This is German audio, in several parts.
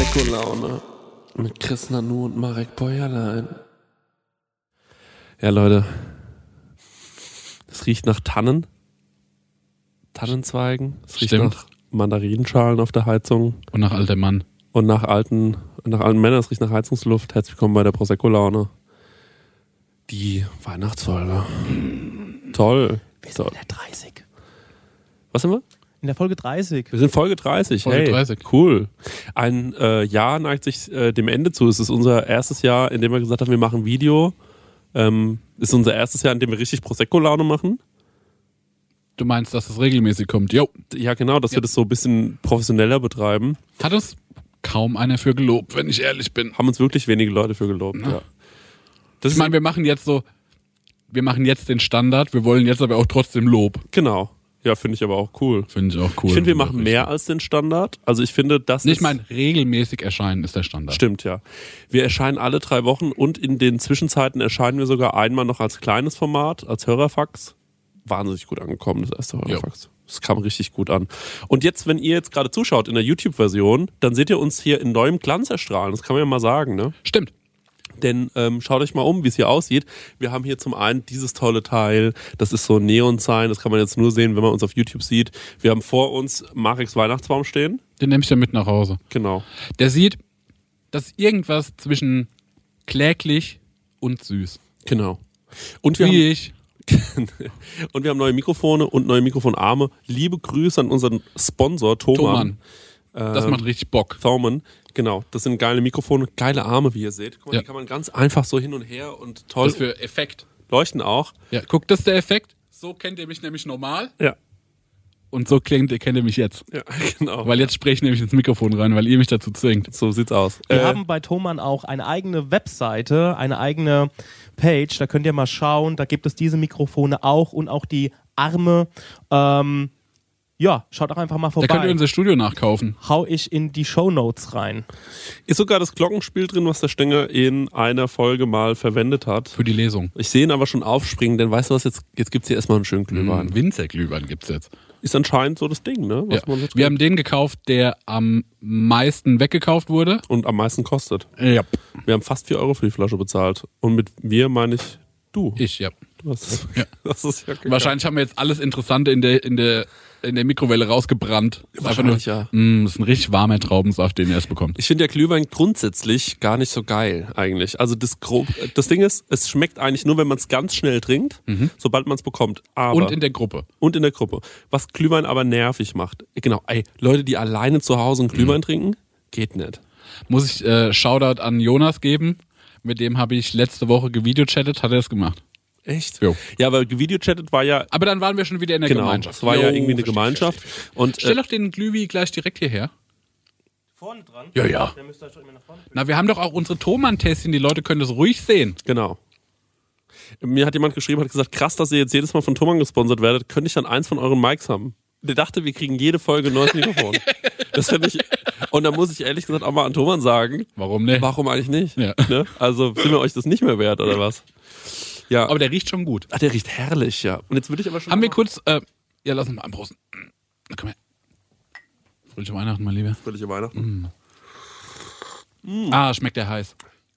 Prosecco-Laune mit Chris Nanu und Marek Bäuerlein. Ja, Leute, es riecht nach Tannenzweigen, es riecht nach Mandarinenschalen auf der Heizung. Und nach alter Mann. Und nach alten Männern, es riecht nach Heizungsluft. Herzlich willkommen bei der Prosecco-Laune. Die Weihnachtsfolge. Toll. Wir sind in der 30. Was sind wir? In der Folge 30. Wir sind Folge 30. Folge 30. Cool. Ein Jahr neigt sich dem Ende zu. Es ist unser erstes Jahr, in dem wir gesagt haben, wir machen Video. Ist unser erstes Jahr, in dem wir richtig Prosecco-Laune machen. Du meinst, dass es regelmäßig kommt? Jo. Ja, genau, dass wir das so ein bisschen professioneller betreiben. Hat uns kaum einer für gelobt, wenn ich ehrlich bin. Haben uns wirklich wenige Leute für gelobt, ja. Ich meine, wir machen jetzt den Standard, wir wollen jetzt aber auch trotzdem Lob. Genau. Ja, finde ich aber auch cool. Finde ich auch cool. Ich finde, wir machen mehr als den Standard. Also ich finde, das ist... Ich meine, regelmäßig erscheinen ist der Standard. Stimmt, ja. Wir erscheinen alle 3 Wochen und in den Zwischenzeiten erscheinen wir sogar einmal noch als kleines Format, als Hörerfax. Wahnsinnig gut angekommen, das erste Hörerfax. Das kam richtig gut an. Und jetzt, wenn ihr jetzt gerade zuschaut in der YouTube-Version, dann seht ihr uns hier in neuem Glanz erstrahlen. Das kann man ja mal sagen, ne? Stimmt. Denn schaut euch mal um, wie es hier aussieht. Wir haben hier zum einen dieses tolle Teil, das ist so ein Neon-Sign, das kann man jetzt nur sehen, wenn man uns auf YouTube sieht. Wir haben vor uns Mareks Weihnachtsbaum stehen. Den nehme ich dann mit nach Hause. Genau. Der sieht, das ist irgendwas zwischen kläglich und süß. Genau. Und wir haben neue Mikrofone und neue Mikrofonarme. Liebe Grüße an unseren Sponsor Thomann. Das macht richtig Bock. Thomann. Genau, das sind geile Mikrofone, geile Arme, wie ihr seht. Guck mal, die kann man ganz einfach so hin und her und toll. Das für Effekt. Leuchten auch. Ja, guck, das ist der Effekt. So kennt ihr mich nämlich normal. Ja. Und so kennt ihr mich jetzt. Ja, genau. Weil jetzt spreche ich nämlich ins Mikrofon rein, weil ihr mich dazu zwingt. So sieht's aus. Wir haben bei Thomann auch eine eigene Webseite, eine eigene Page. Da könnt ihr mal schauen. Da gibt es diese Mikrofone auch und auch die Arme. Ja, schaut doch einfach mal vorbei. Da könnt ihr unser Studio nachkaufen. Hau ich in die Shownotes rein. Ist sogar das Glockenspiel drin, was der Stenger in einer Folge mal verwendet hat. Für die Lesung. Ich sehe ihn aber schon aufspringen, denn weißt du was, jetzt gibt's hier erstmal einen schönen Glühwein. Winzerglühwein gibt's jetzt. Ist anscheinend so das Ding, ne? Was man so wir haben den gekauft, der am meisten weggekauft wurde. Und am meisten kostet. Ja. Wir haben fast 4 Euro für die Flasche bezahlt. Und mit wir meine ich du. Ich, ja. Du hast ja. Das ist ja geil. Wahrscheinlich haben wir jetzt alles Interessante in der Mikrowelle rausgebrannt. Wahrscheinlich, ja. Das ist ein richtig warmer Traubensaft, den ihr erst bekommt. Ich finde ja Glühwein grundsätzlich gar nicht so geil eigentlich. Also das Ding ist, es schmeckt eigentlich nur, wenn man es ganz schnell trinkt, sobald man es bekommt. Aber und in der Gruppe. Was Glühwein aber nervig macht. Genau, Leute, die alleine zu Hause einen Glühwein trinken, geht nicht. Muss ich Shoutout an Jonas geben. Mit dem habe ich letzte Woche gevideochattet, hat er es gemacht. Echt? Jo. Ja, aber gevideochattet war ja... Aber dann waren wir schon wieder in der Gemeinschaft. Das war ja irgendwie eine Gemeinschaft. Und stell doch den Glühwein gleich direkt hierher. Vorne dran? Ja. Der müsste doch immer nach vorne. Na, wir haben doch auch unsere Thomann-Tässchen, die Leute können das ruhig sehen. Genau. Mir hat jemand geschrieben, hat gesagt, krass, dass ihr jetzt jedes Mal von Thomann gesponsert werdet, könnte ich dann eins von euren Mics haben? Der dachte, wir kriegen jede Folge ein neues Mikrofon. Das finde ich... Und da muss ich ehrlich gesagt auch mal an Thomann sagen. Warum nicht? Warum eigentlich nicht? Ja. Ne? Also sind wir euch das nicht mehr wert, oder was? Ja. Aber der riecht schon gut. Ach, der riecht herrlich, ja. Und jetzt würde ich aber schon... Haben wir kurz... ja, lass uns mal anprosten. Komm her. Fröhliche Weihnachten, mein Lieber. Fröhliche Weihnachten. Schmeckt der heiß.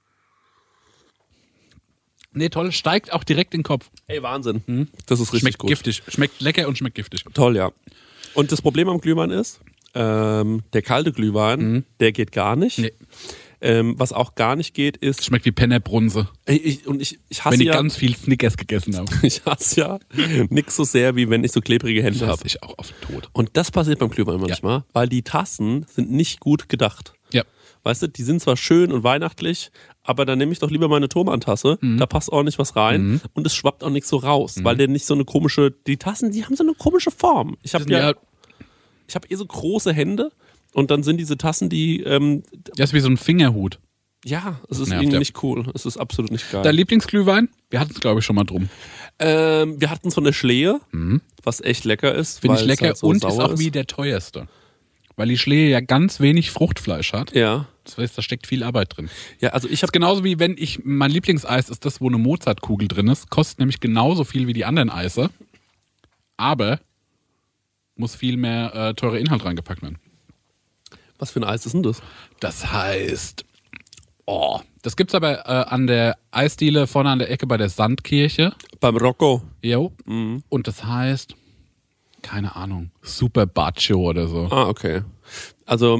Nee, toll. Steigt auch direkt in den Kopf. Ey, Wahnsinn. Das ist richtig schmeckt gut. Giftig. Schmeckt lecker und schmeckt giftig. Toll, ja. Und das Problem am Glühwein ist, der kalte Glühwein, der geht gar nicht. Nee. Was auch gar nicht geht, ist... Schmeckt wie Pennerbrunse. Ich hasse wenn ich ja... ganz viel Snickers gegessen habe. Ich hasse ja nix so sehr, wie wenn ich so klebrige Hände Das habe. hasse ich auch auf den Tod. Und das passiert beim Glühwein manchmal, weil die Tassen sind nicht gut gedacht. Ja. Weißt du, die sind zwar schön und weihnachtlich, aber dann nehme ich doch lieber meine Thomann-Tasse, da passt ordentlich was rein und es schwappt auch nichts so raus, weil der nicht so eine komische... Die Tassen, die haben so eine komische Form. Ich habe so große Hände und dann sind diese Tassen, die... Das ist wie so ein Fingerhut. Ja, es ist Nervt, irgendwie ja. nicht cool. Es ist absolut nicht geil. Dein Lieblingsglühwein? Wir hatten es, glaube ich, schon mal drum. Wir hatten es von der Schlehe, was echt lecker ist. Finde ich weil es lecker halt so und ist sauer auch wie der teuerste. Weil die Schlehe ja ganz wenig Fruchtfleisch hat. Ja. Das heißt, da steckt viel Arbeit drin. Ja, also ich Das ist genauso wie wenn mein Lieblingseis ist das, wo eine Mozartkugel drin ist. Kostet nämlich genauso viel wie die anderen Eise. Aber muss viel mehr teurer Inhalt reingepackt werden. Was für ein Eis ist denn das? Das heißt, das gibt's aber an der Eisdiele vorne an der Ecke bei der Sandkirche. Beim Rocco. Jo. Und das heißt, keine Ahnung, Super Baccio oder so. Ah, okay. Also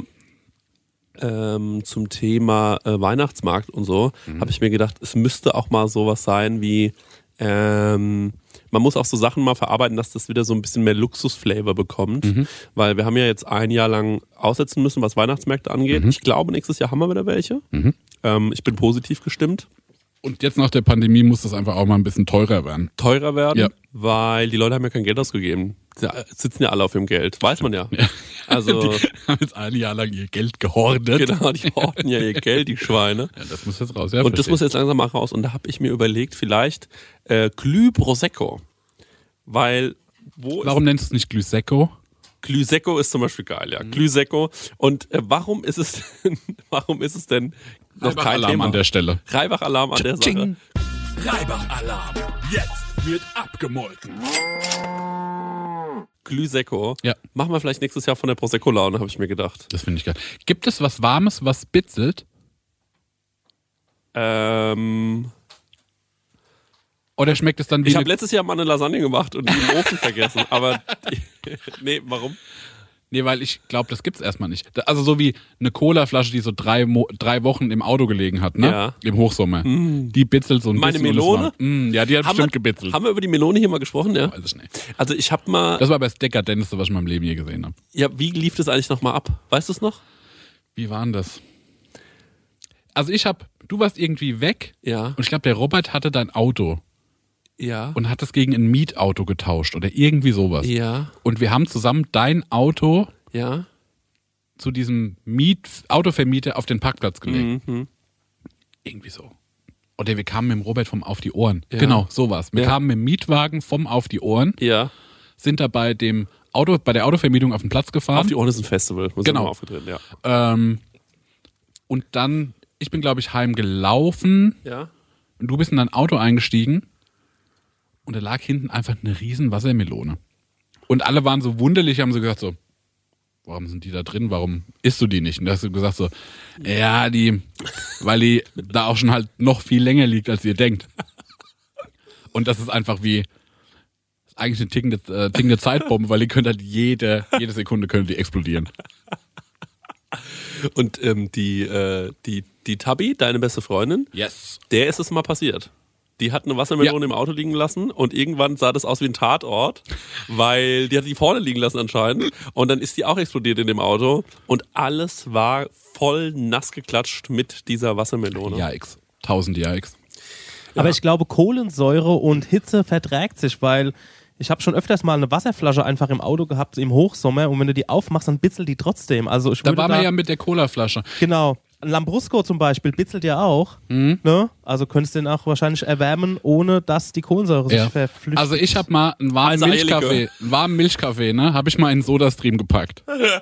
zum Thema Weihnachtsmarkt und so habe ich mir gedacht, es müsste auch mal sowas sein wie man muss auch so Sachen mal verarbeiten, dass das wieder so ein bisschen mehr Luxusflavor bekommt, weil wir haben ja jetzt ein Jahr lang aussetzen müssen, was Weihnachtsmärkte angeht. Ich glaube, nächstes Jahr haben wir wieder welche. Ich bin positiv gestimmt. Und jetzt nach der Pandemie muss das einfach auch mal ein bisschen teurer werden. Teurer werden, Ja. weil die Leute haben ja kein Geld ausgegeben. Die sitzen ja alle auf ihrem Geld, weiß man ja. Also Die haben jetzt ein Jahr lang ihr Geld gehortet. genau, die horten ja ihr Geld, die Schweine. Ja, das muss jetzt raus. Ja, Und das muss jetzt langsam mal raus. Und da habe ich mir überlegt, vielleicht Glüh Prosecco. Weil, Warum nennst du es nicht Glüsecco? Glüsecco ist zum Beispiel geil, ja. Glüsecco. Und warum ist es denn noch kein Alarm Thema? an der Stelle. Reibach-Alarm an der Sache. Tsching. Reibach-Alarm. Jetzt wird abgemolken. Glüsecco. Ja. Machen wir vielleicht nächstes Jahr von der Prosecco-Laune, habe ich mir gedacht. Das finde ich geil. Gibt es was Warmes, was bitzelt? Oder schmeckt es dann wie Ich habe letztes Jahr mal eine Lasagne gemacht und die im Ofen vergessen. Aber nee, warum? Nee, weil ich glaube, das gibt's erstmal nicht. Also so wie eine Colaflasche, die so 3 Wochen im Auto gelegen hat, ne? Ja. Im Hochsommer. Die bitzelt so ein Meine bisschen. Melone? Ja, die hat bestimmt gebitzelt. Haben wir über die Melone hier mal gesprochen, ja? Weiß ich nicht. Also ich habe mal, Das war aber das Dekadenteste, was ich in meinem Leben je gesehen habe. ja, wie lief das eigentlich nochmal ab? Weißt du es noch? Wie war denn das? Also du warst irgendwie weg Ja, und ich glaube, der Robert hatte dein Auto ja, und hat es gegen ein Mietauto getauscht oder irgendwie sowas. ja, Und wir haben zusammen dein Auto ja. zu diesem Autovermieter auf den Parkplatz gelegt. Irgendwie so. Oder wir kamen mit dem Robert vom Auf die Ohren. Ja. Genau, sowas. Wir Ja. kamen mit dem Mietwagen vom Auf die Ohren, Ja, sind da bei der Autovermietung auf den Platz gefahren. auf die Ohren ist ein Festival. Muss Genau. immer aufgetreten, ja. Und dann, ich bin glaube ich heimgelaufen Ja, und du bist in dein Auto eingestiegen und da lag hinten einfach eine riesen Wassermelone. Und alle waren so wunderlich, haben so gesagt so, warum sind die da drin, warum isst du die nicht? Und da hast du gesagt so, ja, weil die da auch schon halt noch viel länger liegt, als ihr denkt. Und das ist einfach ist eigentlich eine tickende Zeitbombe, weil die könnte halt jede Sekunde könnte die explodieren. und die Tabby, deine beste Freundin, Yes. der ist es mal passiert. Die hat eine Wassermelone im Auto liegen lassen und irgendwann sah das aus wie ein Tatort, weil die hat die vorne liegen lassen anscheinend und dann ist die auch explodiert in dem Auto und alles war voll nass geklatscht mit dieser Wassermelone. Yikes. 1000 Yikes. Aber ich glaube, Kohlensäure und Hitze verträgt sich, weil ich habe schon öfters mal eine Wasserflasche einfach im Auto gehabt im Hochsommer und wenn du die aufmachst, dann bitzelt die trotzdem. Also ich Da würde waren wir ja mit der Colaflasche. genau. Ein Lambrusco zum Beispiel bitzelt ja auch. Ne? Also könntest du den auch wahrscheinlich erwärmen, ohne dass die Kohlensäure sich verflüchtigt. Also ich habe mal einen warmen Also Milchkaffee, ne, habe ich mal in Sodastream gepackt.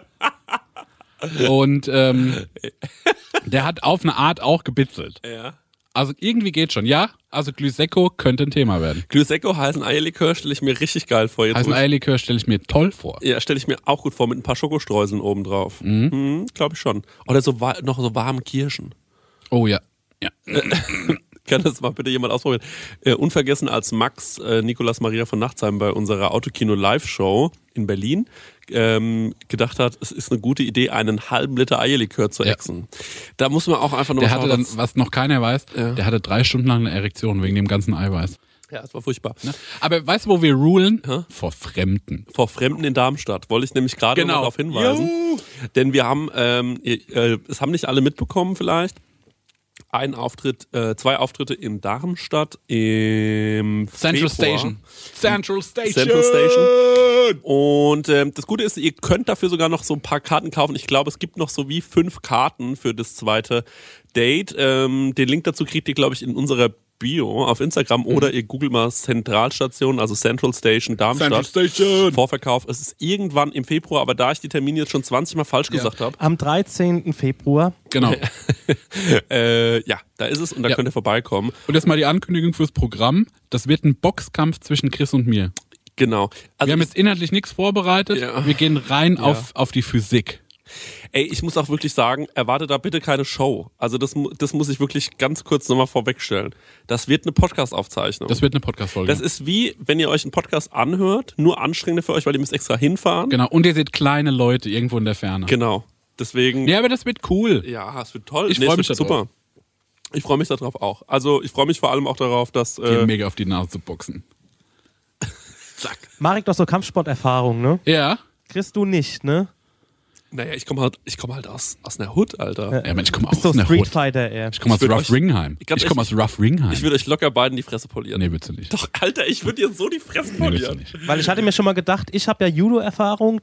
Und der hat auf eine Art auch gebitzelt. Ja. Also irgendwie geht schon, ja? Also Glüsecco könnte ein Thema werden. Glüsecco, heißen Eierlikör, stelle ich mir richtig geil vor. Jetzt Heißen Eierlikör stelle ich mir toll vor. Ja, stelle ich mir auch gut vor, mit ein paar Schokostreuseln oben drauf. Glaube ich schon. Oder noch so warme Kirschen. Oh ja. Ja. Kann das mal bitte jemand ausprobieren? Unvergessen, als Max Nicolas Maria von Nachtsheim bei unserer Autokino-Live-Show in Berlin gedacht hat, es ist eine gute Idee, einen halben Liter Eierlikör zu exen. Da muss man auch einfach nur Der schauen, hatte dann, was noch keiner weiß, der hatte 3 Stunden lang eine Erektion wegen dem ganzen Eiweiß. ja, es war furchtbar. Ne? Aber weißt du, wo wir rulen? Vor Fremden. Vor Fremden in Darmstadt. Wollte ich nämlich gerade noch Genau. darauf hinweisen. Denn wir haben, es haben nicht alle mitbekommen vielleicht, 2 Auftritte in Darmstadt im Central Februar. Station. Central Station. Central Station. Und das Gute ist, ihr könnt dafür sogar noch so ein paar Karten kaufen. Ich glaube, es gibt noch so wie 5 Karten für das zweite Date. Den Link dazu kriegt ihr, glaube ich, in unserer Bio auf Instagram oder ihr googelt mal Zentralstation, also Central Station Darmstadt. Central Station. Vorverkauf. Es ist irgendwann im Februar, aber da ich die Termine jetzt schon 20 Mal falsch gesagt habe, am 13. Februar. Genau. ja, da ist es und da könnt ihr vorbeikommen. Und jetzt mal die Ankündigung fürs Programm. Das wird ein Boxkampf zwischen Chris und mir. Genau. Also Wir haben jetzt inhaltlich nichts vorbereitet. Ja. Wir gehen rein auf die Physik. Ey, ich muss auch wirklich sagen, erwarte da bitte keine Show. Also das muss ich wirklich ganz kurz nochmal vorwegstellen. Das wird eine Podcast-Aufzeichnung. Das wird eine Podcast-Folge. Das ist wie, wenn ihr euch einen Podcast anhört, nur anstrengender für euch, weil ihr müsst extra hinfahren. Genau, und ihr seht kleine Leute irgendwo in der Ferne. Genau. Deswegen. Ja, aber das wird cool. Ja, es wird toll. Ich freu mich es wird da drauf. super. Ich freue mich darauf auch. Also ich freue mich vor allem auch darauf, dass... Dir mega auf die Nase zu boxen. Zack. Marek, doch so Kampfsporterfahrung, ne? Ja. Kriegst du nicht, ne? Naja, ich komme halt aus einer Hood, Alter. Ja, Mensch, ich komme Bist aus so einer Street Hood. Fighter eher. Ich komme aus würd Rough euch- Ringheim. Ganz Ich komme aus Rough Ringheim. Ich würde euch locker beiden die Fresse polieren. Nee, würdest du nicht. Doch, Alter, ich würde dir so die Fresse Nee, würdest du polieren. nicht. Weil ich hatte mir schon mal gedacht, ich habe ja Judo-Erfahrung,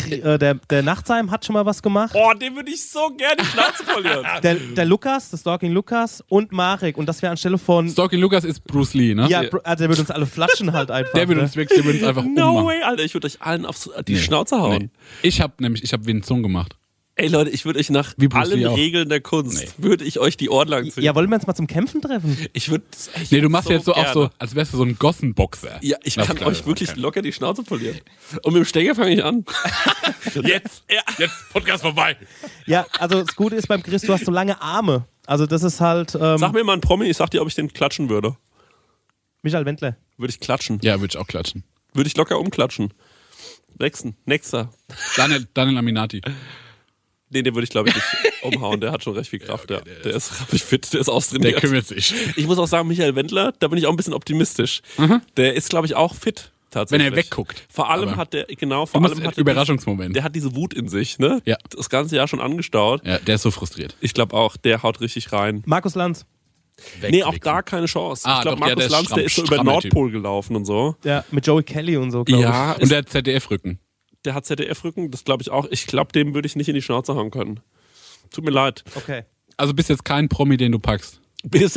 der Nachtsheim hat schon mal was gemacht. Oh, dem würde ich so gerne die Schnauze polieren. Der Lukas, das Stalking Lukas und Marek. Und das wäre anstelle von... Stalking Lucas ist Bruce Lee, ne? Ja, also der würde uns alle flatschen halt einfach. Der würde ne? uns wirklich, der würde uns einfach No ummachen. way, Alter, ich würde euch allen auf die Nee. Schnauze hauen. Nee. Ich habe Wing Chun gemacht. Ey Leute, ich würde euch nach Wie Bruce allen Lee auch. Regeln der Kunst, würde ich euch die Ohren lang ziehen. Ja, wollen wir uns mal zum Kämpfen treffen? Ich würde... Nee, du machst jetzt so auch gerne. so, als wärst du so ein Gossenboxer. Ja, ich Das kann ist geil, euch wirklich okay. locker die Schnauze polieren. Und mit dem Stenger fange ich an. Jetzt Podcast vorbei. Ja, also das Gute ist beim Chris, du hast so lange Arme. Also das ist halt Sag mir mal einen Promi, ich sag dir, ob ich den klatschen würde. Michael Wendler. Würde ich klatschen. Ja, würde ich auch klatschen. Würde ich locker umklatschen. Nächster. Daniel Aminati. Nee, den würde ich glaube ich nicht umhauen. Der hat schon recht viel Kraft. Ja, der ist richtig fit, der ist Der austrainiert. kümmert sich. Ich muss auch sagen, Michael Wendler, da bin ich auch ein bisschen optimistisch. Der ist glaube ich auch fit. Wenn Tatsächlich. er wegguckt. Vor allem Aber hat der, Du vor musst allem hat Überraschungsmoment. der hat diese Wut in sich, ne? Ja. Das ganze Jahr schon angestaut. Ja, der ist so frustriert. Ich glaube auch, der haut richtig rein. Markus Lanz. Nee, auch da keine Chance. Ah, ich glaube, doch, ja, Markus der ist Lanz, der ist so über strammer Typ. Nordpol gelaufen und so. Ja, mit Joey Kelly und so, glaube Ja, Und der hat ZDF-Rücken. der hat ZDF-Rücken, das glaube ich auch. Ich glaube, dem würde ich nicht in die Schnauze hauen können. Tut mir leid. ich. Okay. Also bist jetzt kein Promi, den du packst. Bis,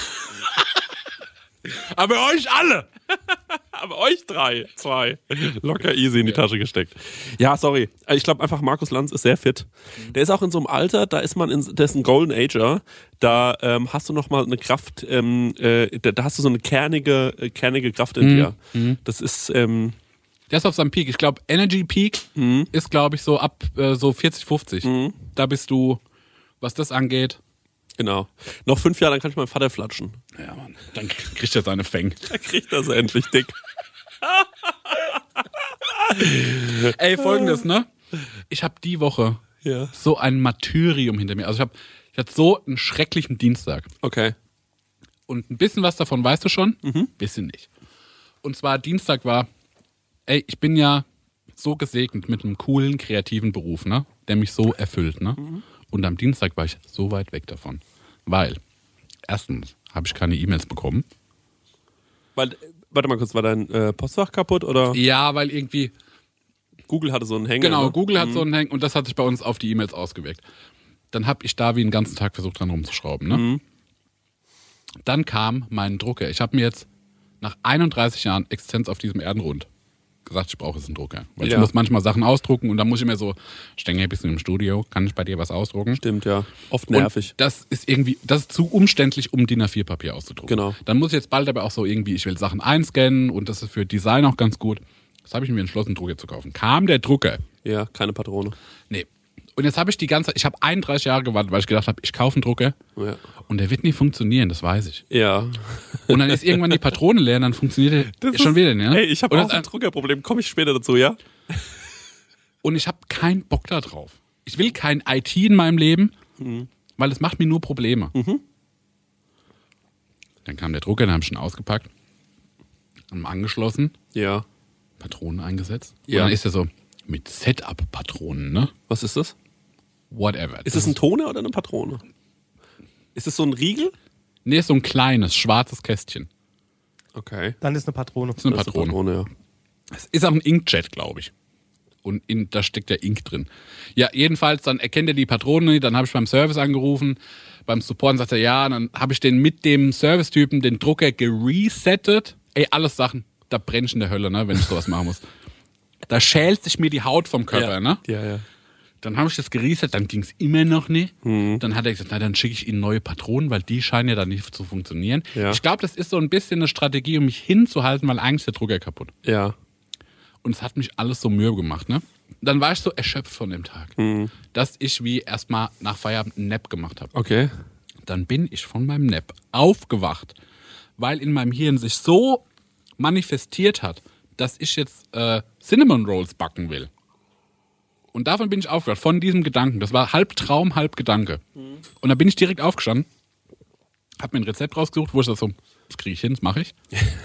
Aber euch alle! aber euch zwei, locker easy in die Tasche gesteckt. Ja, sorry. Ich glaube einfach, Markus Lanz ist sehr fit. Der ist auch in so einem Alter, da ist der ist ein Golden Ager. Da hast du nochmal eine Kraft, da hast du so eine kernige Kraft in dir. Das ist, Der ist auf seinem Peak. Ich glaube, Energy Peak ist, glaube ich, so ab so 40, 50. Da bist du, was das angeht. genau. Noch 5 Jahre, dann kann ich meinen Vater flatschen. Ja, Mann. Dann kriegt er seine Fänge. Da kriegt er sie endlich dick. Ey, folgendes, ne? Ich habe die Woche Ja. so ein Martyrium hinter mir. Also ich hatte so einen schrecklichen Dienstag. Okay. Und ein bisschen was davon weißt du schon, bisschen nicht. Und zwar Dienstag war, ich bin ja so gesegnet mit einem coolen, kreativen Beruf, ne? Der mich so erfüllt, ne? Und am Dienstag war ich so weit weg davon. Weil, erstens habe ich keine E-Mails bekommen. Warte mal kurz, war dein Postfach kaputt oder Ja, weil irgendwie, Google hatte so einen Hänger? genau, ne? Google hat so einen Hang und das hat sich bei uns auf die E-Mails ausgewirkt. Dann habe ich da wie den ganzen Tag versucht, dran rumzuschrauben, ne? Dann kam mein Drucker. Ich habe mir jetzt nach 31 Jahren Existenz auf diesem Erdenrund gesagt, ich brauche jetzt einen Drucker. Weil Ja. ich muss manchmal Sachen ausdrucken und dann muss ich mir so, Stenger, bist du im Studio? Kann ich bei dir was ausdrucken? Stimmt, ja. Oft nervig. Und das ist zu umständlich, um DIN A4-Papier auszudrucken. Genau. Dann muss ich jetzt bald aber auch so irgendwie, ich will Sachen einscannen und das ist für Design auch ganz gut. Das habe ich mir entschlossen, einen Drucker zu kaufen. Kam der Drucker. Ja, keine Patrone. Nee. Und jetzt habe ich ich habe 31 Jahre gewartet, weil ich gedacht habe, ich kaufe einen Drucker Ja. und der wird nie funktionieren, das weiß ich. Ja. Und dann ist irgendwann die Patrone leer und dann funktioniert der schon wieder, ne? Hey, ich habe Und auch das- ein Druckerproblem. Komme ich später dazu, ja? Und ich habe keinen Bock da drauf. Ich will kein IT in meinem Leben, weil es macht mir nur Probleme. Dann kam der Drucker, den habe ich schon ausgepackt, haben angeschlossen, Ja. Patronen eingesetzt. Ja. Und dann ist er so mit Setup-Patronen, ne? Was ist das? Whatever. Ist das ein Toner oder eine Patrone? Ist das so ein Riegel? Nee, ist so ein kleines, schwarzes Kästchen. Okay. Dann ist eine Patrone. Das ist eine Das ist eine Patrone. Patrone, ja. Es ist auch ein Inkjet, glaube ich. Und da steckt der Ink drin. Ja, jedenfalls, dann erkennt er die Patrone nicht, dann habe ich beim Service angerufen, beim Support und sagt er, ja, dann habe ich den mit dem Servicetypen den Drucker geresettet. Ey, alles Sachen, da brenne ich in der Hölle, ne, wenn ich sowas machen muss. Da schält sich mir die Haut vom Körper, Ja. ne? Ja, ja. Dann habe ich das gereset, dann ging es immer noch nicht. Dann hat er gesagt, na, dann schicke ich Ihnen neue Patronen, weil die scheinen ja dann nicht zu funktionieren. Ja. Ich glaube, das ist so ein bisschen eine Strategie, um mich hinzuhalten, weil eigentlich ist der Drucker kaputt. Ja. Und es hat mich alles so mürbe gemacht, ne? dann war ich so erschöpft von dem Tag, dass ich wie erstmal nach Feierabend einen Nap gemacht habe. Okay. Dann bin ich von meinem Nap aufgewacht, weil in meinem Hirn sich so manifestiert hat, dass ich jetzt Cinnamon Rolls backen will. Und davon bin ich aufgewacht, von diesem Gedanken. Das war halb Traum, halb Gedanke. Und dann bin ich direkt aufgestanden, habe mir ein Rezept rausgesucht, wo ich das so, das kriege ich hin, das mache ich.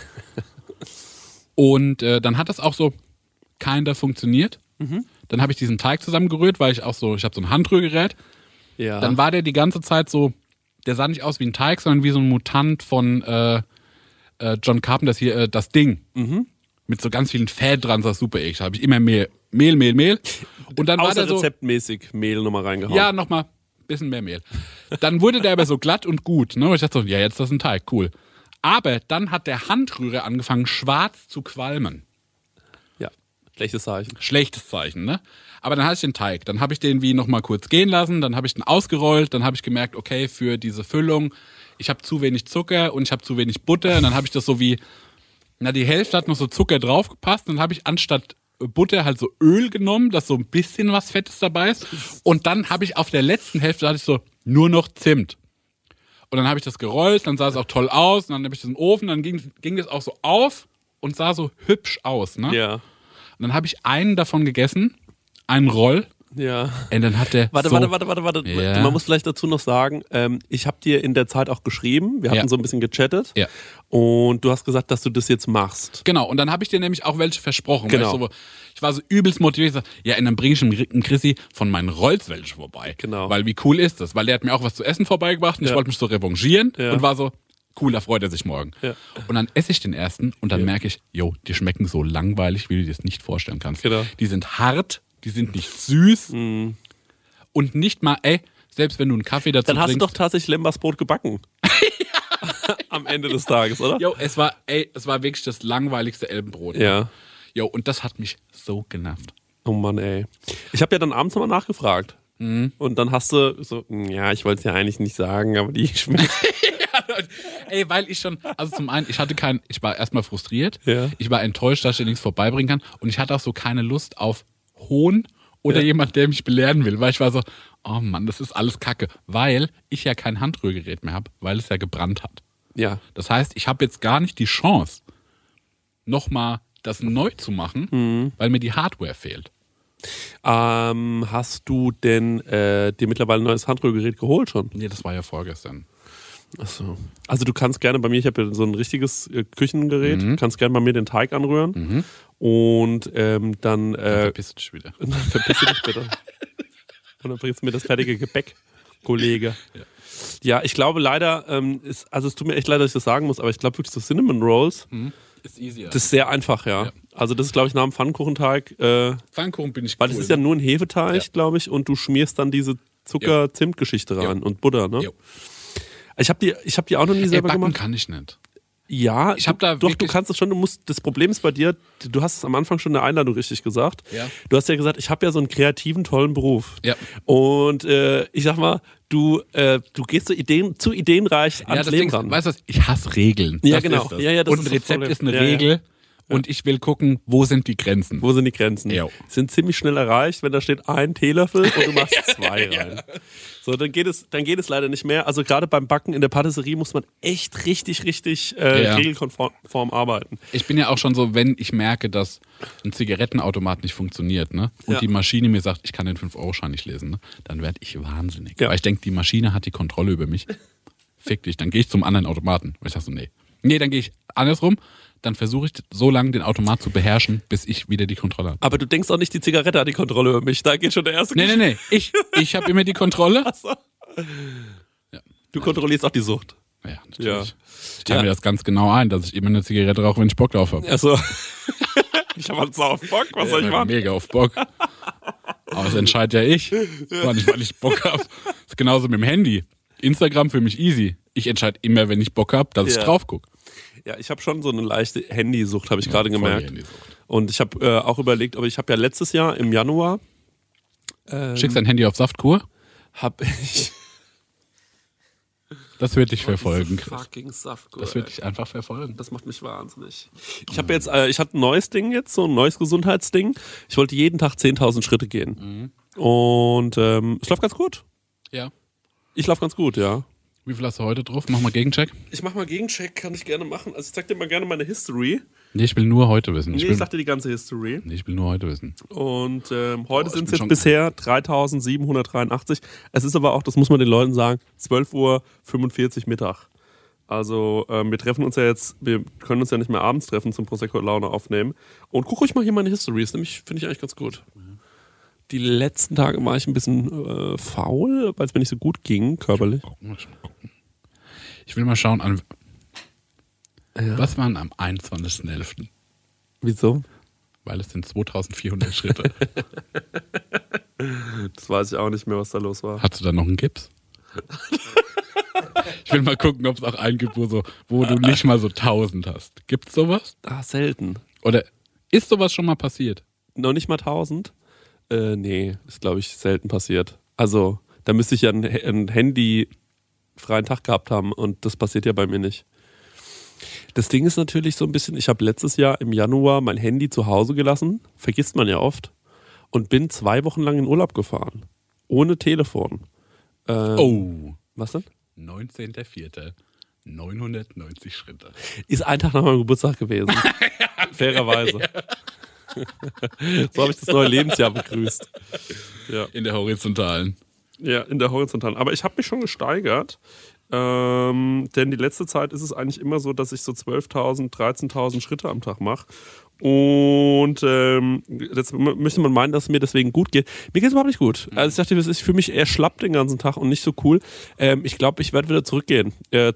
Und dann hat das auch so keiner funktioniert. Dann habe ich diesen Teig zusammengerührt, weil ich habe so ein Handrührgerät. Ja. Dann war der die ganze Zeit so, der sah nicht aus wie ein Teig, sondern wie so ein Mutant von John Carpenters hier, das Ding. Mit so ganz vielen Fäden dran, das ist super eklig. Da habe ich immer Mehl. Und dann war der so rezeptmäßig Mehl nochmal reingehauen. Ja, nochmal ein bisschen mehr Mehl. Dann wurde der aber so glatt und gut. Ne? Und ich dachte so, ja, jetzt ist das ein Teig, cool. Aber dann hat der Handrührer angefangen, schwarz zu qualmen. Ja, schlechtes Zeichen. Schlechtes Zeichen, ne? Aber dann hatte ich den Teig. Dann habe ich den wie nochmal kurz gehen lassen. Dann habe ich den ausgerollt. Dann habe ich gemerkt, okay, für diese Füllung, ich habe zu wenig Zucker und ich habe zu wenig Butter. Und dann habe ich das so wie, die Hälfte hat noch so Zucker draufgepasst. Dann habe ich anstatt Butter halt so Öl genommen, dass so ein bisschen was Fettes dabei ist. Und dann habe ich auf der letzten Hälfte hatte ich so nur noch Zimt. Und dann habe ich das gerollt, dann sah es auch toll aus. Und dann habe ich das im Ofen, dann ging das auch so auf und sah so hübsch aus. Ne? Ja. Und dann habe ich einen davon gegessen, einen Roll. Ja. Und dann hat der Warte. Ja. Man muss vielleicht dazu noch sagen, ich habe dir in der Zeit auch geschrieben, wir hatten so ein bisschen gechattet und du hast gesagt, dass du das jetzt machst. Genau, und dann habe ich dir nämlich auch welche versprochen. Genau. Weil ich war so übelst motiviert. Ich sag, ja, und dann bringe ich dem Chrissy von meinen Rolls welche vorbei. Genau. Weil wie cool ist das? Weil der hat mir auch was zu essen vorbeigebracht und ich wollte mich so revanchieren und war so, cool, da freut er sich morgen. Ja. Und dann esse ich den ersten und dann merke ich, die schmecken so langweilig, wie du dir das nicht vorstellen kannst. Genau. Die sind hart, die sind nicht süß und nicht mal, selbst wenn du einen Kaffee dazu Dann hast trinkst. du doch tatsächlich Lembersbrot gebacken. Am Ende des Tages, oder? Es war wirklich das langweiligste Elbenbrot. Ja. Und das hat mich so genervt. Oh Mann, ey. Ich habe ja dann abends nochmal nachgefragt. Und dann hast du so, ja, ich wollte es ja eigentlich nicht sagen, aber die schmecken. Weil ich schon, also zum einen, ich war erstmal frustriert. Ja. Ich war enttäuscht, dass ich dir nichts vorbeibringen kann. Und ich hatte auch so keine Lust auf Hohn oder jemand, der mich belehren will. Weil ich war so, oh Mann, das ist alles Kacke. Weil ich ja kein Handrührgerät mehr habe, weil es ja gebrannt hat. Ja. Das heißt, ich habe jetzt gar nicht die Chance, nochmal das neu zu machen, weil mir die Hardware fehlt. Hast du denn dir mittlerweile ein neues Handrührgerät geholt schon? Nee, das war ja vorgestern. Achso. Also du kannst gerne bei mir, ich habe ja so ein richtiges Küchengerät, kannst gerne bei mir den Teig anrühren und dann verpiss dich wieder. Dann verpiss dich bitte. Und dann bringst du mir das fertige Gebäck, Kollege. Ja, ich glaube leider, es tut mir echt leid, dass ich das sagen muss, aber ich glaube wirklich so Cinnamon Rolls, ist easier. das ist sehr einfach, ja. Also das ist, glaube ich, nach dem Pfannkuchenteig. Pfannkuchen bin ich weil das ist ja nur ein Hefeteig, glaube ich, und du schmierst dann diese Zucker-Zimt-Geschichte rein und Butter, ne? Jo. Ich hab die auch noch nie selber backen gemacht. kann ich nicht. Ja, ich hab da doch, du kannst es schon, das Problem ist bei dir, du hast es am Anfang schon in der Einladung richtig gesagt. Ja. Du hast ja gesagt, ich habe ja so einen kreativen, tollen Beruf. Ja. Und ich sag mal, du gehst zu ideenreich ans Leben ran. Weißt du was, ich hasse Regeln. Ja, das genau. Ist das. Ja, das und ein ist das Rezept Problem. ist eine Regel. Und ich will gucken, wo sind die Grenzen. Wo sind die Grenzen? Jo. Sind ziemlich schnell erreicht, wenn da steht ein Teelöffel und du machst 2 rein. So, dann geht es leider nicht mehr. Also gerade beim Backen in der Patisserie muss man echt richtig regelkonform arbeiten. Ich bin ja auch schon so, wenn ich merke, dass ein Zigarettenautomat nicht funktioniert, ne? Und die Maschine mir sagt, ich kann den 5-Euro-Schein nicht lesen, ne? Dann werde ich wahnsinnig. Ja. Weil ich denke, die Maschine hat die Kontrolle über mich. Fick dich. Dann gehe ich zum anderen Automaten. Und ich sag so, nee. Nee, dann gehe ich andersrum. Dann versuche ich so lange den Automat zu beherrschen, bis ich wieder die Kontrolle habe. Aber du denkst auch nicht, die Zigarette hat die Kontrolle über mich. Da geht schon der erste. Nee. Ich habe immer die Kontrolle. Ach so. Ja. Du kontrollierst auch die Sucht. Ja, natürlich. Ja. Ich teile mir das ganz genau ein, dass ich immer eine Zigarette rauche, wenn ich Bock drauf habe. Also, ich habe halt so auf Bock. Was soll ich machen? Mega auf Bock. Aber das entscheidet ja ich, wann ich Bock habe. Das ist genauso mit dem Handy. Instagram für mich easy. Ich entscheide immer, wenn ich Bock habe, dass ich drauf gucke. Ja, ich habe schon so eine leichte Handysucht, habe ich gerade gemerkt. Und ich habe auch überlegt, aber ich habe ja letztes Jahr im Januar Schickst dein Handy auf Saftkur? habe ich Das wird dich verfolgen, Diese Chris. fucking Saftkur, Das wird dich einfach verfolgen. Das macht mich wahnsinnig. Ich habe jetzt, ich hatte ein neues Ding jetzt, so ein neues Gesundheitsding. Ich wollte jeden Tag 10.000 Schritte gehen. Und es läuft ganz gut. Ja. Ich laufe ganz gut, ja. Wie viel hast du heute drauf? Mach mal Gegencheck. Ich mache mal Gegencheck, kann ich gerne machen. Also ich zeig dir mal gerne meine History. Nee, ich will nur heute wissen. Ich sag dir die ganze History. Nee, ich will nur heute wissen. Und heute sind es bin jetzt bisher 3.783. Es ist aber auch, das muss man den Leuten sagen, 12:45 Uhr Mittag. Also wir treffen uns ja jetzt, wir können uns ja nicht mehr abends treffen zum Prosecco Laune aufnehmen. Und guck ruhig mal hier meine History, das finde ich eigentlich ganz gut. Die letzten Tage war ich ein bisschen faul, weil es mir nicht so gut ging, körperlich. Gucken. Ich will mal schauen, was waren am 21.11.? Wieso? Weil es sind 2.400 Schritte. Das weiß ich auch nicht mehr, was da los war. Hast du da noch einen Gips? Ich will mal gucken, ob es auch einen gibt, wo du nicht mal so 1.000 hast. Gibt's sowas? Selten. Oder ist sowas schon mal passiert? Noch nicht mal 1.000? Nee, ist glaube ich selten passiert. Also, da müsste ich ja ein Handy-freien Tag gehabt haben und das passiert ja bei mir nicht. Das Ding ist natürlich so ein bisschen, ich habe letztes Jahr im Januar mein Handy zu Hause gelassen, vergisst man ja oft, und bin 2 Wochen lang in Urlaub gefahren. Ohne Telefon. Was denn? 19.04. 990 Schritte. Ist ein Tag nach meinem Geburtstag gewesen. Fairerweise. So habe ich das neue Lebensjahr begrüßt. Ja. In der Horizontalen. Ja, in der Horizontalen. Aber ich habe mich schon gesteigert, denn die letzte Zeit ist es eigentlich immer so, dass ich so 12.000, 13.000 Schritte am Tag mache. Und jetzt möchte man meinen, dass es mir deswegen gut geht. Mir geht es überhaupt nicht gut. Also ich dachte, das ist für mich eher schlapp den ganzen Tag und nicht so cool. Ich glaube, ich werde wieder zurückgehen.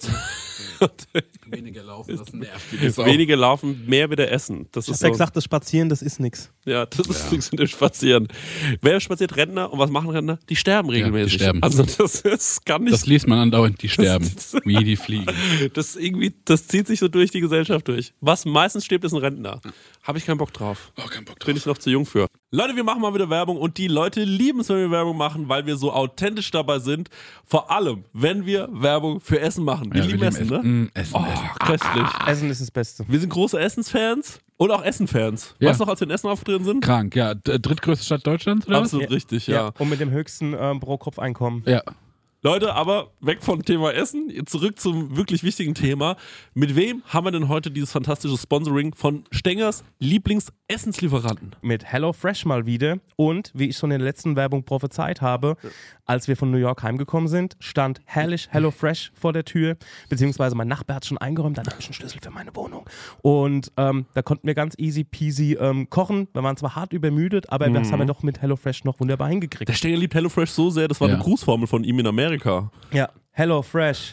Weniger laufen, das nervt. Weniger laufen, mehr wieder essen. Das Ich ist habe ja so. gesagt, das Spazieren, das ist nix. Ja, das ist nichts mit dem Spazieren. Wer spaziert? Rentner. Und was machen Rentner? Die sterben regelmäßig. die sterben. Also das kann nicht. Das liest man andauernd, die sterben. Wie die fliegen. Das zieht sich so durch die Gesellschaft durch. Was meistens stirbt, ist ein Rentner. Habe ich keinen Bock drauf. Oh, kein Bock drauf. Bin ich noch zu jung für. Leute, wir machen mal wieder Werbung und die Leute lieben es, wenn wir Werbung machen, weil wir so authentisch dabei sind. Vor allem, wenn wir Werbung für Essen machen. Wir lieben Essen, ne? Essen, Oh, Essen. köstlich. Essen ist das Beste. Wir sind große Essensfans und auch Essenfans. Ja. Weißt du noch, als wir in Essen aufgetreten sind? Krank, ja. Drittgrößte Stadt Deutschlands, oder? Absolut richtig, ja. Und mit dem höchsten Pro-Kopf-Einkommen. Ja. Leute, aber weg vom Thema Essen, zurück zum wirklich wichtigen Thema. Mit wem haben wir denn heute dieses fantastische Sponsoring von Stengers Lieblingsessenslieferanten? Mit HelloFresh mal wieder. Und wie ich schon in der letzten Werbung prophezeit habe, als wir von New York heimgekommen sind, stand herrlich HelloFresh vor der Tür. Beziehungsweise mein Nachbar hat schon eingeräumt, dann habe ich einen Schlüssel für meine Wohnung. Und da konnten wir ganz easy peasy kochen. Wir waren zwar hart übermüdet, aber das haben wir doch mit HelloFresh noch wunderbar hingekriegt. Der Stenger liebt HelloFresh so sehr, das war Ja. eine Grußformel von ihm in Amerika. Ja, HelloFresh.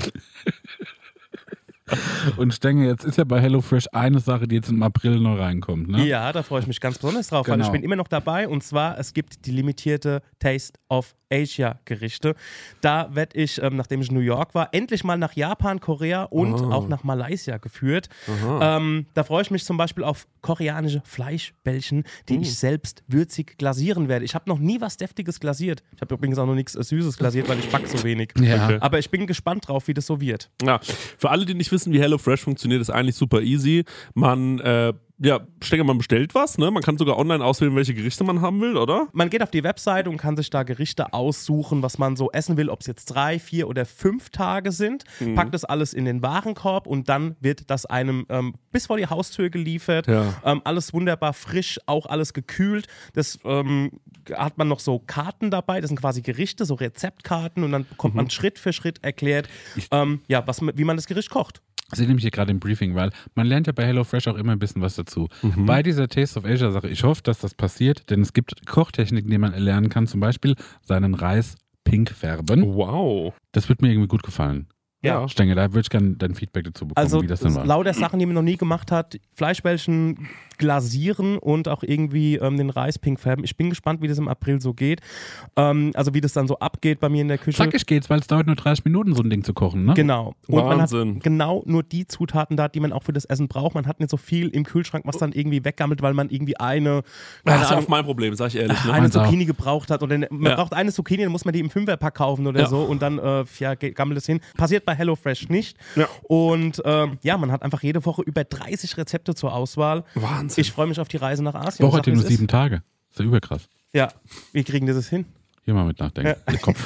Und Stenge, jetzt ist ja bei HelloFresh eine Sache, die jetzt im April noch reinkommt, ne? Ja, da freue ich mich ganz besonders drauf, weil Genau. ich bin immer noch dabei. Und zwar, es gibt die limitierte Taste of Asia Gerichte. Da werde ich, nachdem ich in New York war, endlich mal nach Japan, Korea und auch nach Malaysia geführt. Da freue ich mich zum Beispiel auf koreanische Fleischbällchen, die ich selbst würzig glasieren werde. Ich habe noch nie was Deftiges glasiert. Ich habe übrigens auch noch nichts Süßes glasiert, weil ich backe so wenig. Ja. Okay. Aber ich bin gespannt drauf, wie das so wird. Ja, für alle, die nicht wissen, wie HelloFresh funktioniert, ist eigentlich super easy. Man, Stenger, man bestellt was, ne? Man kann sogar online auswählen, welche Gerichte man haben will, oder? Man geht auf die Webseite und kann sich da Gerichte aussuchen, was man so essen will, ob es jetzt 3, 4 oder 5 Tage sind. Packt das alles in den Warenkorb und dann wird das einem bis vor die Haustür geliefert. Ja. Alles wunderbar frisch, auch alles gekühlt. Das hat man noch so Karten dabei, das sind quasi Gerichte, so Rezeptkarten und dann bekommt man Schritt für Schritt erklärt, wie man das Gericht kocht. Ich sehe nämlich hier gerade im Briefing, weil man lernt ja bei HelloFresh auch immer ein bisschen was dazu. Bei dieser Taste of Asia Sache, ich hoffe, dass das passiert, denn es gibt Kochtechniken, die man erlernen kann, zum Beispiel seinen Reis pink färben. Wow. Das wird mir irgendwie gut gefallen. Ja. Stenge, da würde ich gerne dein Feedback dazu bekommen, Also wie das denn war. lauter Sachen, die man noch nie gemacht hat. Fleischbällchen glasieren und auch irgendwie den Reis pink färben. Ich bin gespannt, wie das im April so geht. Also wie das dann so abgeht bei mir in der Küche. Zackig geht's, weil es dauert nur 30 Minuten, so ein Ding zu kochen, ne? Genau. Und Wahnsinn. man hat genau nur die Zutaten da, die man auch für das Essen braucht. Man hat nicht so viel im Kühlschrank, was dann irgendwie weggammelt, weil man irgendwie Das ist ja auch mein Problem, sag ich ehrlich. Ne? eine Zucchini gebraucht hat. Oder man braucht eine Zucchini, dann muss man die im Fünferpack kaufen oder so und dann gammelt es hin. Passiert bei HelloFresh nicht. Ja. Und man hat einfach jede Woche über 30 Rezepte zur Auswahl. Wahnsinn. Ich freue mich auf die Reise nach Asien. Woche hat ja nur 7 Tage. Das ist ja überkrass. Ja, wie kriegen die das hin? Hier mal mit nachdenken. Der Kopf.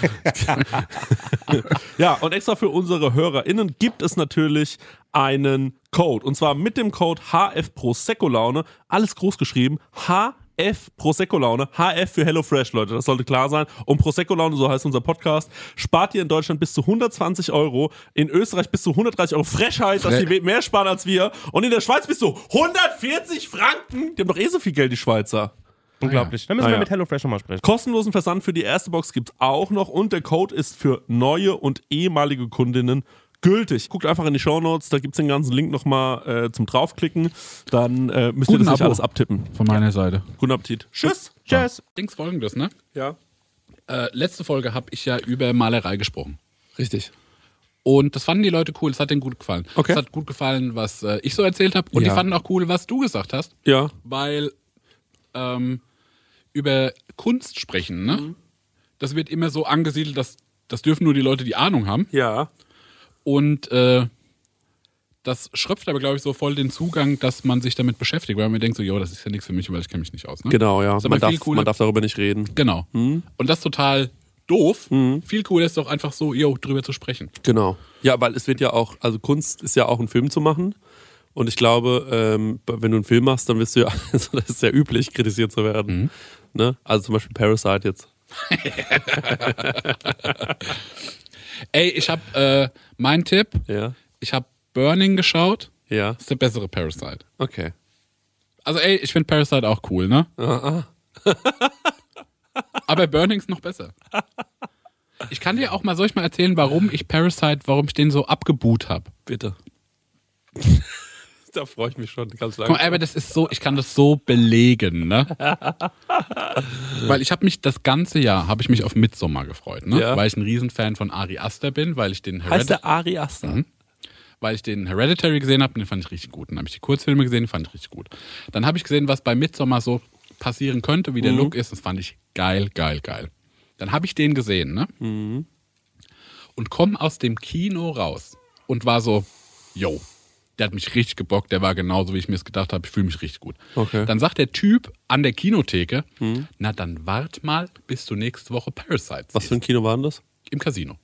Ja, und extra für unsere HörerInnen gibt es natürlich einen Code. Und zwar mit dem Code HF Prosecco Laune. Alles groß geschrieben. HF Prosecco Laune. HF für HelloFresh, Leute. Das sollte klar sein. Und Prosecco Laune, so heißt unser Podcast, spart ihr in Deutschland bis zu 120 €. In Österreich bis zu 130 €. Frechheit, dass die mehr sparen als wir. Und in der Schweiz bis zu 140 Franken. Die haben doch so viel Geld, die Schweizer. Unglaublich. Dann müssen wir mit HelloFresh nochmal sprechen. Kostenlosen Versand für die erste Box gibt's auch noch und der Code ist für neue und ehemalige Kundinnen gültig. Guckt einfach in die Shownotes, da gibt's den ganzen Link nochmal zum draufklicken. Dann müsst ihr das nicht alles abtippen. Von meiner Seite. Guten Appetit. Tschüss. Tschüss. Dings folgendes, ne? Ja. Letzte Folge habe ich ja über Malerei gesprochen. Richtig. Und das fanden die Leute cool, es hat denen gut gefallen. Okay. Es hat gut gefallen, was ich so erzählt habe. Und die fanden auch cool, was du gesagt hast. Ja. Weil über Kunst sprechen, ne? Das wird immer so angesiedelt, dass das dürfen nur die Leute, die Ahnung haben. Ja. Und das schröpft aber, glaube ich, so voll den Zugang, dass man sich damit beschäftigt, weil man denkt so, jo, das ist ja nichts für mich, weil ich kenne mich nicht aus. Ne? Genau, ja. Ist aber Man darf darüber nicht reden. Genau. Und das ist total doof. Viel cooler ist doch einfach so, drüber zu sprechen. Genau. Ja, weil es wird ja auch, also Kunst ist ja auch ein Film zu machen. Und ich glaube, wenn du einen Film machst, dann wirst du ja, also das ist ja üblich, kritisiert zu werden. Ne? Also zum Beispiel Parasite jetzt. Ey, ich habe mein Tipp. Ja. Ich habe Burning geschaut. Ja. Das ist der bessere Parasite. Okay. Also ey, ich finde Parasite auch cool, ne? Aber Burning ist noch besser. Ich kann dir auch mal, soll ich mal erzählen, warum ich den so abgeboot habe? Bitte. Da freue ich mich schon ganz lange. Guck mal, aber das ist so, ich kann das so belegen, ne? Weil ich habe mich das ganze Jahr, auf Midsommar gefreut, ne? Ja. Weil ich ein Riesenfan von Ari Aster bin, weil ich den Heißt der Ari Aster? Weil ich den Hereditary gesehen habe, den fand ich richtig gut. Dann habe ich die Kurzfilme gesehen, den fand ich richtig gut. Dann habe ich gesehen, was bei Midsommar so passieren könnte, wie der Look ist. Das fand ich geil. Dann habe ich den gesehen, ne? Und komme aus dem Kino raus und war so, yo, der hat mich richtig gebockt, der war genauso, wie ich mir es gedacht habe, ich fühle mich richtig gut. Okay. Dann sagt der Typ an der Kinotheke, na dann wart mal, bis du nächste Woche Parasite siehst. Was für ein Kino war denn das? Im Casino.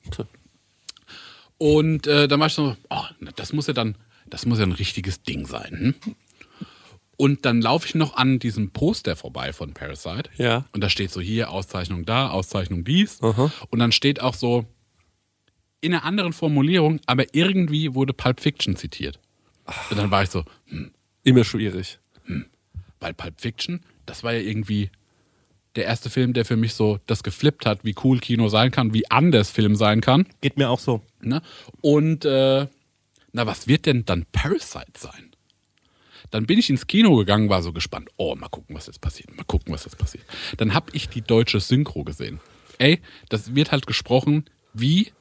Und dann war ich so, das muss ja ein richtiges Ding sein. Und dann laufe ich noch an diesem Poster vorbei von Parasite. Ja. Und da steht so hier, Auszeichnung da, Auszeichnung dies. Und dann steht auch so, in einer anderen Formulierung, aber irgendwie wurde Pulp Fiction zitiert. Und dann war ich so, Immer schwierig. weil Pulp Fiction, das war ja irgendwie der erste Film, der für mich so das geflippt hat, wie cool Kino sein kann, wie anders Film sein kann. Geht mir auch so. Ne? Und was wird denn dann Parasite sein? Dann bin ich ins Kino gegangen, war so gespannt. Oh, mal gucken, was jetzt passiert. Dann habe ich die deutsche Synchro gesehen. Ey, das wird halt gesprochen wie...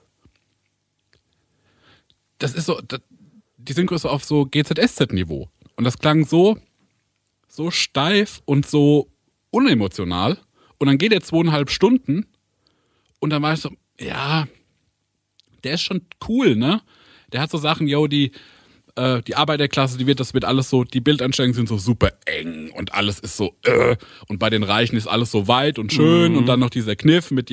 Das ist so... Die Synchro ist so auf so GZSZ-Niveau. Und das klang so steif und so unemotional. Und dann geht er 2,5 Stunden. Und dann war ich so, ja, der ist schon cool, ne? Der hat so Sachen, die Arbeiterklasse, das wird alles so, die Bildeinstellungen sind so super eng und alles ist so, und bei den Reichen ist alles so weit und schön und dann noch dieser Kniff mit,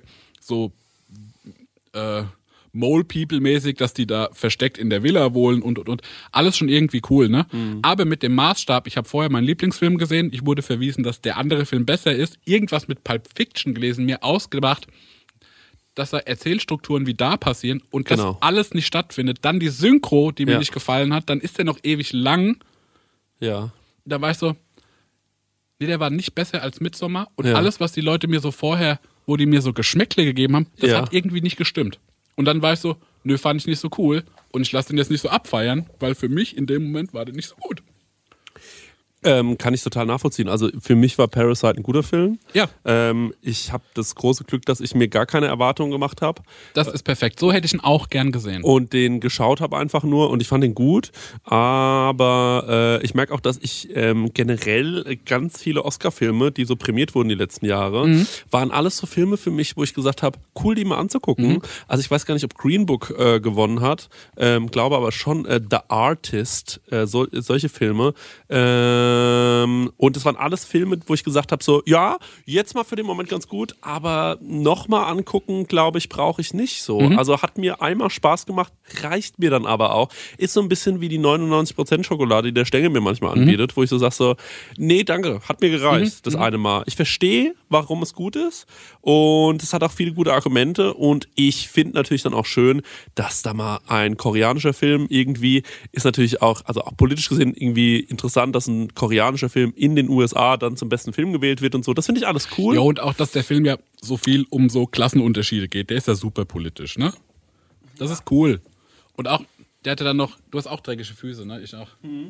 Mole-People-mäßig, dass die da versteckt in der Villa wohnen und. Alles schon irgendwie cool, ne? Aber mit dem Maßstab, ich habe vorher meinen Lieblingsfilm gesehen, ich wurde verwiesen, dass der andere Film besser ist, irgendwas mit Pulp Fiction gelesen, mir ausgemacht, dass da Erzählstrukturen wie da passieren und das alles nicht stattfindet. Dann die Synchro, die mir nicht gefallen hat, dann ist der noch ewig lang. Ja. Da war ich so, nee, der war nicht besser als Midsommar und alles, was die Leute mir so vorher, wo die mir so Geschmäckle gegeben haben, das hat irgendwie nicht gestimmt. Und dann war ich so, nö, fand ich nicht so cool und ich lasse den jetzt nicht so abfeiern, weil für mich in dem Moment war der nicht so gut. Kann ich total nachvollziehen. Also für mich war Parasite ein guter Film. Ja. Ich habe das große Glück, dass ich mir gar keine Erwartungen gemacht habe. Das ist perfekt. So hätte ich ihn auch gern gesehen. Und den geschaut habe einfach nur und ich fand den gut. Aber ich merke auch, dass ich generell ganz viele Oscar-Filme, die so prämiert wurden die letzten Jahre, waren alles so Filme für mich, wo ich gesagt habe, cool, die mal anzugucken. Also ich weiß gar nicht, ob Green Book gewonnen hat. Glaube aber schon The Artist, solche Filme. Und es waren alles Filme, wo ich gesagt habe, so, ja, jetzt mal für den Moment ganz gut, aber nochmal angucken, glaube ich, brauche ich nicht so. Also hat mir einmal Spaß gemacht, reicht mir dann aber auch. Ist so ein bisschen wie die 99% Schokolade, die der Stengel mir manchmal anbietet, wo ich so sage, so, nee, danke, hat mir gereicht, das eine Mal. Ich verstehe, warum es gut ist und es hat auch viele gute Argumente und ich finde natürlich dann auch schön, dass da mal ein koreanischer Film irgendwie ist natürlich auch, also auch politisch gesehen irgendwie interessant, dass ein koreanischer Film in den USA dann zum besten Film gewählt wird und so. Das finde ich alles cool. Ja, und auch, dass der Film ja so viel um so Klassenunterschiede geht. Der ist ja super politisch, ne? Das ist cool. Und auch, der hatte dann noch, du hast auch dreckige Füße, ne? Ich auch.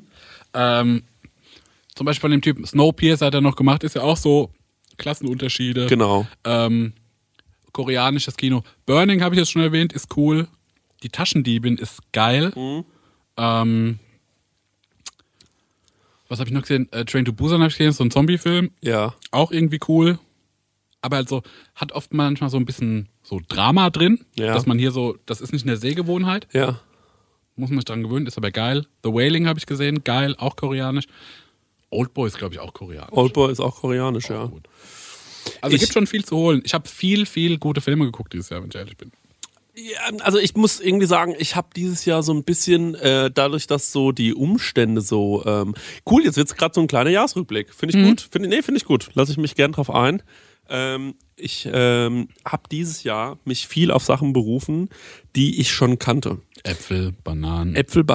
Zum Beispiel von dem Typen Snowpiercer hat er noch gemacht, ist ja auch so Klassenunterschiede. Genau. Koreanisches Kino. Burning habe ich jetzt schon erwähnt, ist cool. Die Taschendiebin ist geil. Was habe ich noch gesehen? Train to Busan habe ich gesehen, so ein Zombie-Film. Ja. Auch irgendwie cool. Aber also hat oft manchmal so ein bisschen so Drama drin. Ja. Dass man hier so, das ist nicht eine Sehgewohnheit. Ja. Muss man sich dran gewöhnen, ist aber geil. The Wailing habe ich gesehen, geil, auch koreanisch. Oldboy ist, glaube ich, auch koreanisch. Oldboy ist auch koreanisch, ja. Gut. Also es gibt schon viel zu holen. Ich habe viel gute Filme geguckt dieses Jahr, wenn ich ehrlich bin. Ja, also ich muss irgendwie sagen, ich habe dieses Jahr so ein bisschen, dadurch, dass so die Umstände so, cool, jetzt wird's gerade so ein kleiner Jahresrückblick. Finde ich gut. Finde ich gut. Lasse ich mich gern drauf ein. Ich habe dieses Jahr mich viel auf Sachen berufen, die ich schon kannte. Äpfel, Bananen.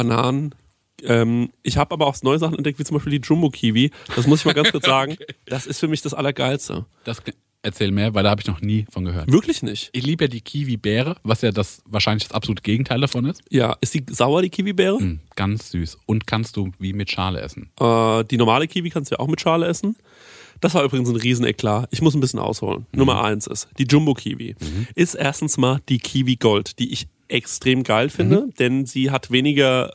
Ich habe aber auch neue Sachen entdeckt, wie zum Beispiel die Jumbo-Kiwi. Das muss ich mal ganz kurz sagen. Das ist für mich das Allergeilste. Erzähl mehr, weil da habe ich noch nie von gehört. Wirklich nicht? Ich liebe ja die Kiwi-Beere, was ja wahrscheinlich das absolute Gegenteil davon ist. Ja, ist die sauer, die Kiwi-Beere? Ganz süß. Und kannst du wie mit Schale essen. Die normale Kiwi kannst du ja auch mit Schale essen. Das war übrigens ein Rieseneklat. Ich muss ein bisschen ausholen. Nummer 1 ist, die Jumbo-Kiwi ist erstens mal die Kiwi Gold, die ich extrem geil finde, denn sie hat weniger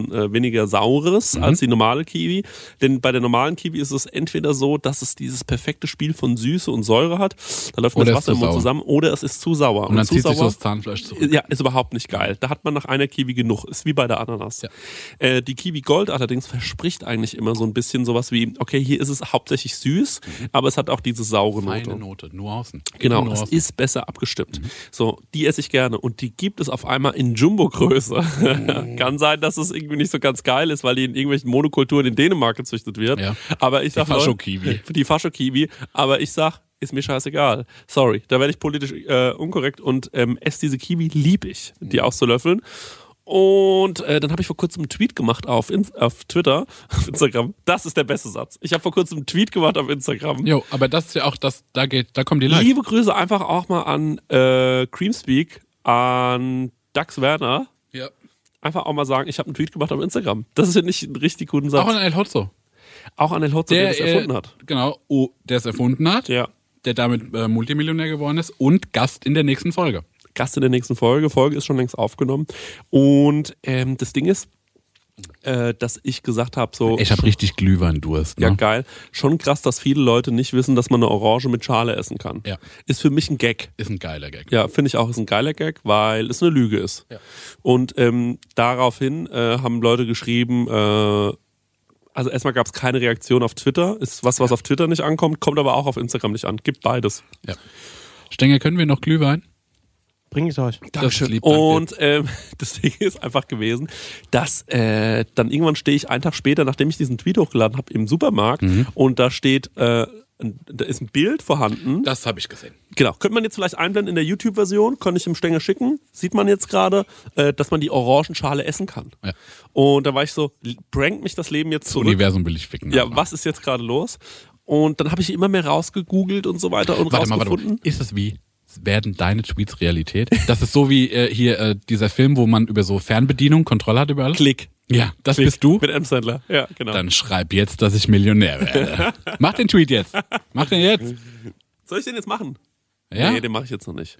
Saures als die normale Kiwi. Denn bei der normalen Kiwi ist es entweder so, dass es dieses perfekte Spiel von Süße und Säure hat, da läuft das Wasser im Mund zusammen, oder es ist zu sauer. Und dann zu zieht sauer, sich so das Zahnfleisch zurück. Ja, ist überhaupt nicht geil. Da hat man nach einer Kiwi genug. Ist wie bei der Ananas. Ja. Die Kiwi Gold allerdings verspricht eigentlich immer so ein bisschen sowas wie, okay, hier ist es hauptsächlich süß, aber es hat auch diese saure Note. Feine Note, Nuancen. Genau, es ist besser abgestimmt. So, die esse ich gerne und die gibt es auf einmal in Jumbo-Größe. Kann sein, dass es irgendwie nicht so ganz geil ist, weil die in irgendwelchen Monokulturen in Dänemark gezüchtet wird. Ja. Aber ich sag, die Fascho-Kiwi. Aber ich sag, ist mir scheißegal. Sorry, da werde ich politisch unkorrekt und esse diese Kiwi, lieb ich, die auszulöffeln. Und dann habe ich vor kurzem einen Tweet gemacht auf Twitter, auf Instagram. Das ist der beste Satz. Ich habe vor kurzem einen Tweet gemacht auf Instagram. Jo, aber das ist ja auch das, da kommen die Likes. Liebe Grüße einfach auch mal an Creamspeak, an Dax Werner. Ja. Einfach auch mal sagen, ich habe einen Tweet gemacht auf Instagram. Das ist ja nicht ein richtig guten Satz. Auch an El Hotzo. Auch an El Hotzo, der das erfunden hat. Genau, der es erfunden hat. Ja. Der damit Multimillionär geworden ist und Gast in der nächsten Folge. Gast in der nächsten Folge. Folge ist schon längst aufgenommen. Und das Ding ist, dass ich gesagt habe, so. Ich habe richtig Glühweindurst. Ne? Ja, geil. Schon krass, dass viele Leute nicht wissen, dass man eine Orange mit Schale essen kann. Ja. Ist für mich ein Gag. Ist ein geiler Gag. Ja, finde ich auch, ist ein geiler Gag, weil es eine Lüge ist. Ja. Und daraufhin haben Leute geschrieben, also erstmal gab es keine Reaktion auf Twitter. Ist was auf Twitter nicht ankommt, kommt aber auch auf Instagram nicht an. Gibt beides. Ja. Stenger, können wir noch Glühwein? Bring ich euch. Dankeschön. Lieb, danke. Und das Ding ist einfach gewesen, dass dann irgendwann stehe ich einen Tag später, nachdem ich diesen Tweet hochgeladen habe, im Supermarkt und da steht, da ist ein Bild vorhanden. Das habe ich gesehen. Genau, könnte man jetzt vielleicht einblenden in der YouTube-Version, kann ich dem Stenger schicken, sieht man jetzt gerade, dass man die Orangenschale essen kann. Ja. Und da war ich so, prankt mich das Leben jetzt Das zurück? Universum will ich ficken. Ja, aber. was ist jetzt gerade los? Und dann habe ich immer mehr rausgegoogelt und so weiter und Warte rausgefunden. mal. Ist das wie werden deine Tweets Realität? Das ist so wie hier dieser Film, wo man über so Fernbedienung Kontrolle hat über alles. Klick. Ja, das Klick. bist du. Mit Adam Sandler. Ja, genau. Dann schreib jetzt, dass ich Millionär werde. Mach den Tweet jetzt. Mach den jetzt. Soll ich den jetzt machen? Ja? Nee, den mache ich jetzt noch nicht.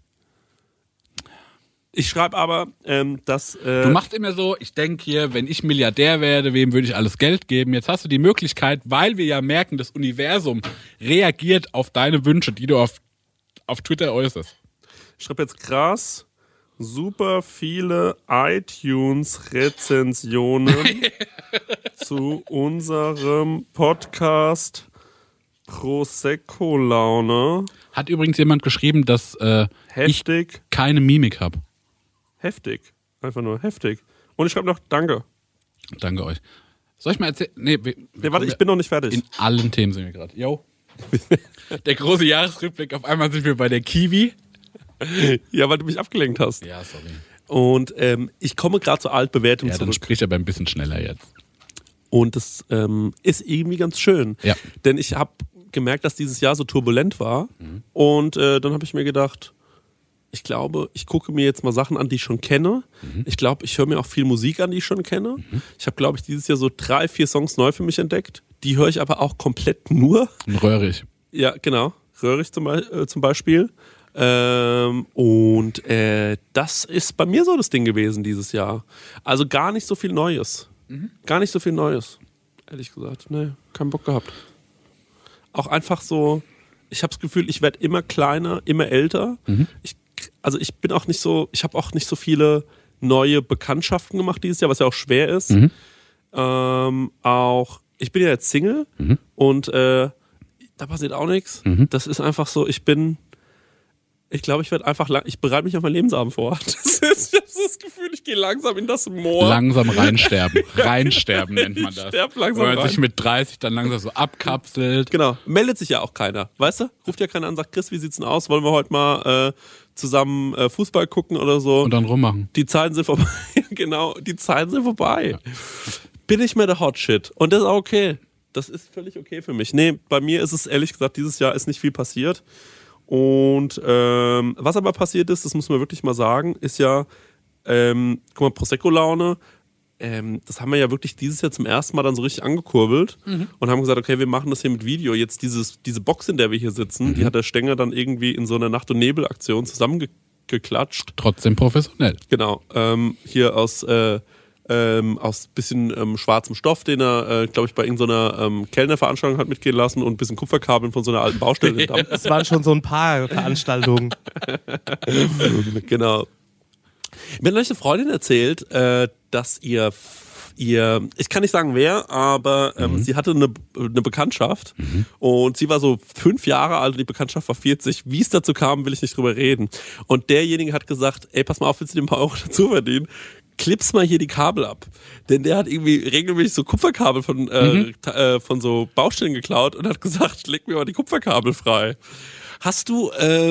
Ich schreibe aber, dass... Du machst immer so, ich denke hier, wenn ich Milliardär werde, wem würde ich alles Geld geben? Jetzt hast du die Möglichkeit, weil wir ja merken, das Universum reagiert auf deine Wünsche, die du auf Twitter äußerst. Ich schreibe jetzt krass, super viele iTunes-Rezensionen zu unserem Podcast Prosecco-Laune. Hat übrigens jemand geschrieben, dass ich Heftig. keine Mimik habe. Heftig. Einfach nur heftig. Und ich schreibe noch Danke. Danke euch. Soll ich mal erzählen? Nee, Warte, ich bin noch nicht fertig. in allen Themen sind wir gerade. Yo. Der große Jahresrückblick, auf einmal sind wir bei der Kiwi. Ja, weil du mich abgelenkt hast. Ja, sorry. Und ich komme gerade zur Altbewertung Ja, dann zurück. sprich aber ein bisschen schneller jetzt. Und das ist irgendwie ganz schön. Ja. Denn ich habe gemerkt, dass dieses Jahr so turbulent war. Und dann habe ich mir gedacht, ich glaube, ich gucke mir jetzt mal Sachen an, die ich schon kenne. Ich glaube, ich höre mir auch viel Musik an, die ich schon kenne. Ich habe, glaube ich, dieses Jahr so 3, 4 Songs neu für mich entdeckt. Die höre ich aber auch komplett nur. Ein Röhrig. Ja, genau. Röhrig zum Beispiel. Und das ist bei mir so das Ding gewesen dieses Jahr. Also gar nicht so viel Neues. Gar nicht so viel Neues. Ehrlich gesagt. Nee, keinen Bock gehabt. Auch einfach so, ich habe das Gefühl, ich werde immer kleiner, immer älter. Ich bin auch nicht so, ich habe auch nicht so viele neue Bekanntschaften gemacht dieses Jahr, was ja auch schwer ist. Auch, ich bin ja jetzt Single und da passiert auch nichts. Das ist einfach so, ich glaube, ich werde einfach, ich bereite mich auf mein Lebensabend vor. Ich habe so das Gefühl, ich gehe langsam in das Moor. Langsam reinsterben. Reinsterben nennt man das. Sterb langsam Wenn man rein. sich mit 30 dann langsam so abkapselt. Genau, meldet sich ja auch keiner, weißt du? Ruft ja keiner an, sagt, Chris, wie sieht's denn aus? Wollen wir heute mal zusammen Fußball gucken oder so? Und dann rummachen. Die Zeiten sind vorbei. Genau, die Zeiten sind vorbei. Ja. Bin ich mehr der Hot Shit. Und das ist auch okay. Das ist völlig okay für mich. Nee, bei mir ist es ehrlich gesagt, dieses Jahr ist nicht viel passiert. Und was aber passiert ist, das muss man wirklich mal sagen, ist ja, guck mal, Prosecco-Laune, das haben wir ja wirklich dieses Jahr zum ersten Mal dann so richtig angekurbelt und haben gesagt, okay, wir machen das hier mit Video. Jetzt diese Box, in der wir hier sitzen, die hat der Stenger dann irgendwie in so einer Nacht- und Nebel-Aktion zusammengeklatscht. Trotzdem professionell. Genau, hier aus bisschen schwarzem Stoff, den er, glaube ich, bei irgendeiner Kellnerveranstaltung hat mitgehen lassen und ein bisschen Kupferkabeln von so einer alten Baustelle. Es waren schon so ein paar Veranstaltungen. Genau. Mir hat euch eine Freundin erzählt, dass ihr, ich kann nicht sagen wer, aber sie hatte eine Bekanntschaft und sie war so 5 Jahre alt und die Bekanntschaft war 40. Wie es dazu kam, will ich nicht drüber reden. Und derjenige hat gesagt, ey, pass mal auf, willst du dir ein paar Euro dazu verdienen? Klipp's mal hier die Kabel ab. Denn der hat irgendwie regelmäßig so Kupferkabel von so Baustellen geklaut und hat gesagt, leg mir mal die Kupferkabel frei. Hast du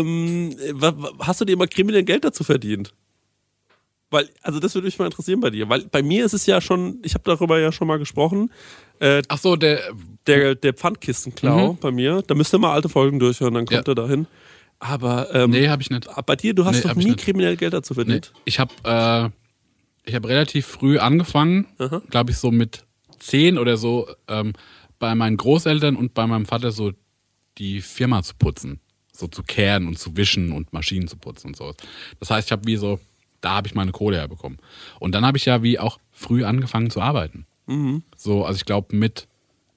dir mal kriminell Geld dazu verdient? Weil, also das würde mich mal interessieren bei dir. Weil bei mir ist es ja schon, ich habe darüber ja schon mal gesprochen. Ach so, der Pfandkistenklau bei mir. Da müsst ihr mal alte Folgen durchhören, dann kommt er dahin. Aber nee, habe ich nicht. Bei dir, du hast doch nie kriminell Geld dazu verdient. Nee. Ich habe relativ früh angefangen, glaube ich so mit 10 oder so, bei meinen Großeltern und bei meinem Vater so die Firma zu putzen. So zu kehren und zu wischen und Maschinen zu putzen und so. Das heißt, da habe ich meine Kohle herbekommen. Und dann habe ich ja wie auch früh angefangen zu arbeiten. So, also ich glaube mit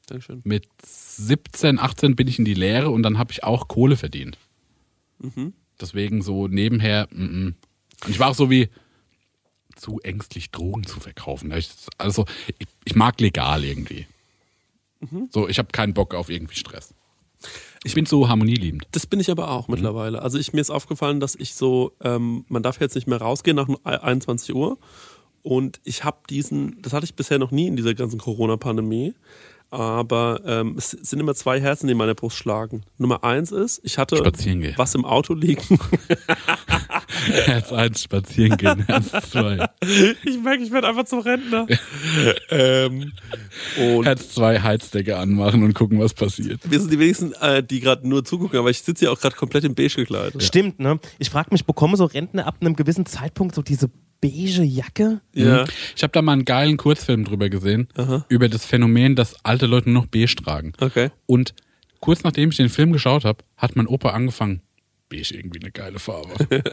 17, 18 bin ich in die Lehre und dann habe ich auch Kohle verdient. Deswegen so nebenher, Und ich war auch so wie zu ängstlich, Drogen zu verkaufen. Also ich mag legal irgendwie. So, ich habe keinen Bock auf irgendwie Stress. Ich bin so harmonieliebend. Das bin ich aber auch mittlerweile. Also mir ist aufgefallen, dass ich so, man darf jetzt nicht mehr rausgehen nach 21 Uhr. Und ich habe das hatte ich bisher noch nie in dieser ganzen Corona-Pandemie. Aber es sind immer 2 Herzen, die in meiner Brust schlagen. Nummer 1 ist, ich hatte Spazieren gehen. was im Auto liegen. Herz 1 spazieren gehen, Herz 2. Ich merke, ich werde einfach zum Rentner. Und Herz 2 Heizdecke anmachen und gucken, was passiert. wir sind die wenigsten, die gerade nur zugucken, aber ich sitze hier auch gerade komplett im Beige gekleidet. Stimmt, ne? Ich frage mich, bekommen so Rentner ab einem gewissen Zeitpunkt so diese beige Jacke? Ja. Ich habe da mal einen geilen Kurzfilm drüber gesehen, über das Phänomen, dass alte Leute nur noch beige tragen. Okay. Und kurz nachdem ich den Film geschaut habe, hat mein Opa angefangen, beige irgendwie eine geile Farbe.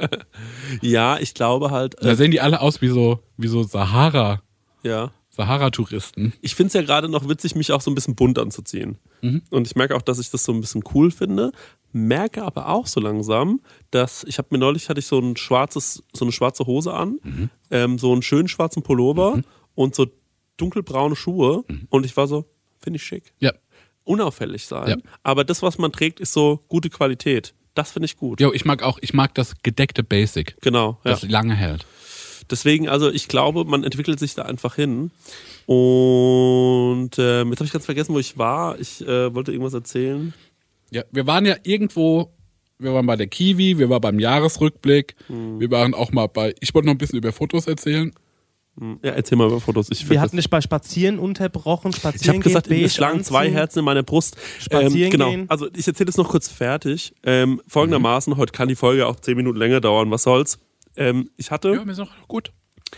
Ja, ich glaube halt, Da sehen die alle aus wie so ja. Sahara-Touristen. Ich finde es ja gerade noch witzig, mich auch so ein bisschen bunt anzuziehen. Und ich merke auch, dass ich das so ein bisschen cool finde. Merke aber auch so langsam, dass hatte ich so eine schwarze Hose an, so einen schönen schwarzen Pullover und so dunkelbraune Schuhe. Und ich war so, finde ich schick. Ja. Unauffällig sein. Ja. Aber das, was man trägt, ist so gute Qualität. Das finde ich gut. Jo, ich mag das gedeckte Basic, Genau. Ja. das lange hält. Deswegen, also ich glaube, man entwickelt sich da einfach hin. Und jetzt habe ich ganz vergessen, wo ich war. Ich wollte irgendwas erzählen. Ja, wir waren ja irgendwo, wir waren bei der Kiwi, wir waren beim Jahresrückblick, wir waren auch mal ich wollte noch ein bisschen über Fotos erzählen. Ja, erzähl mal über Fotos. Wir hatten dich bei Spazieren unterbrochen. ich habe Spazieren gesagt, gehen, es schlagen zwei Herzen in meiner Brust. Spazieren genau. gehen. Also ich erzähle das noch kurz fertig. Folgendermaßen, heute kann die Folge auch 10 Minuten länger dauern, was soll's. Ich hatte... Ja, mir ist auch gut.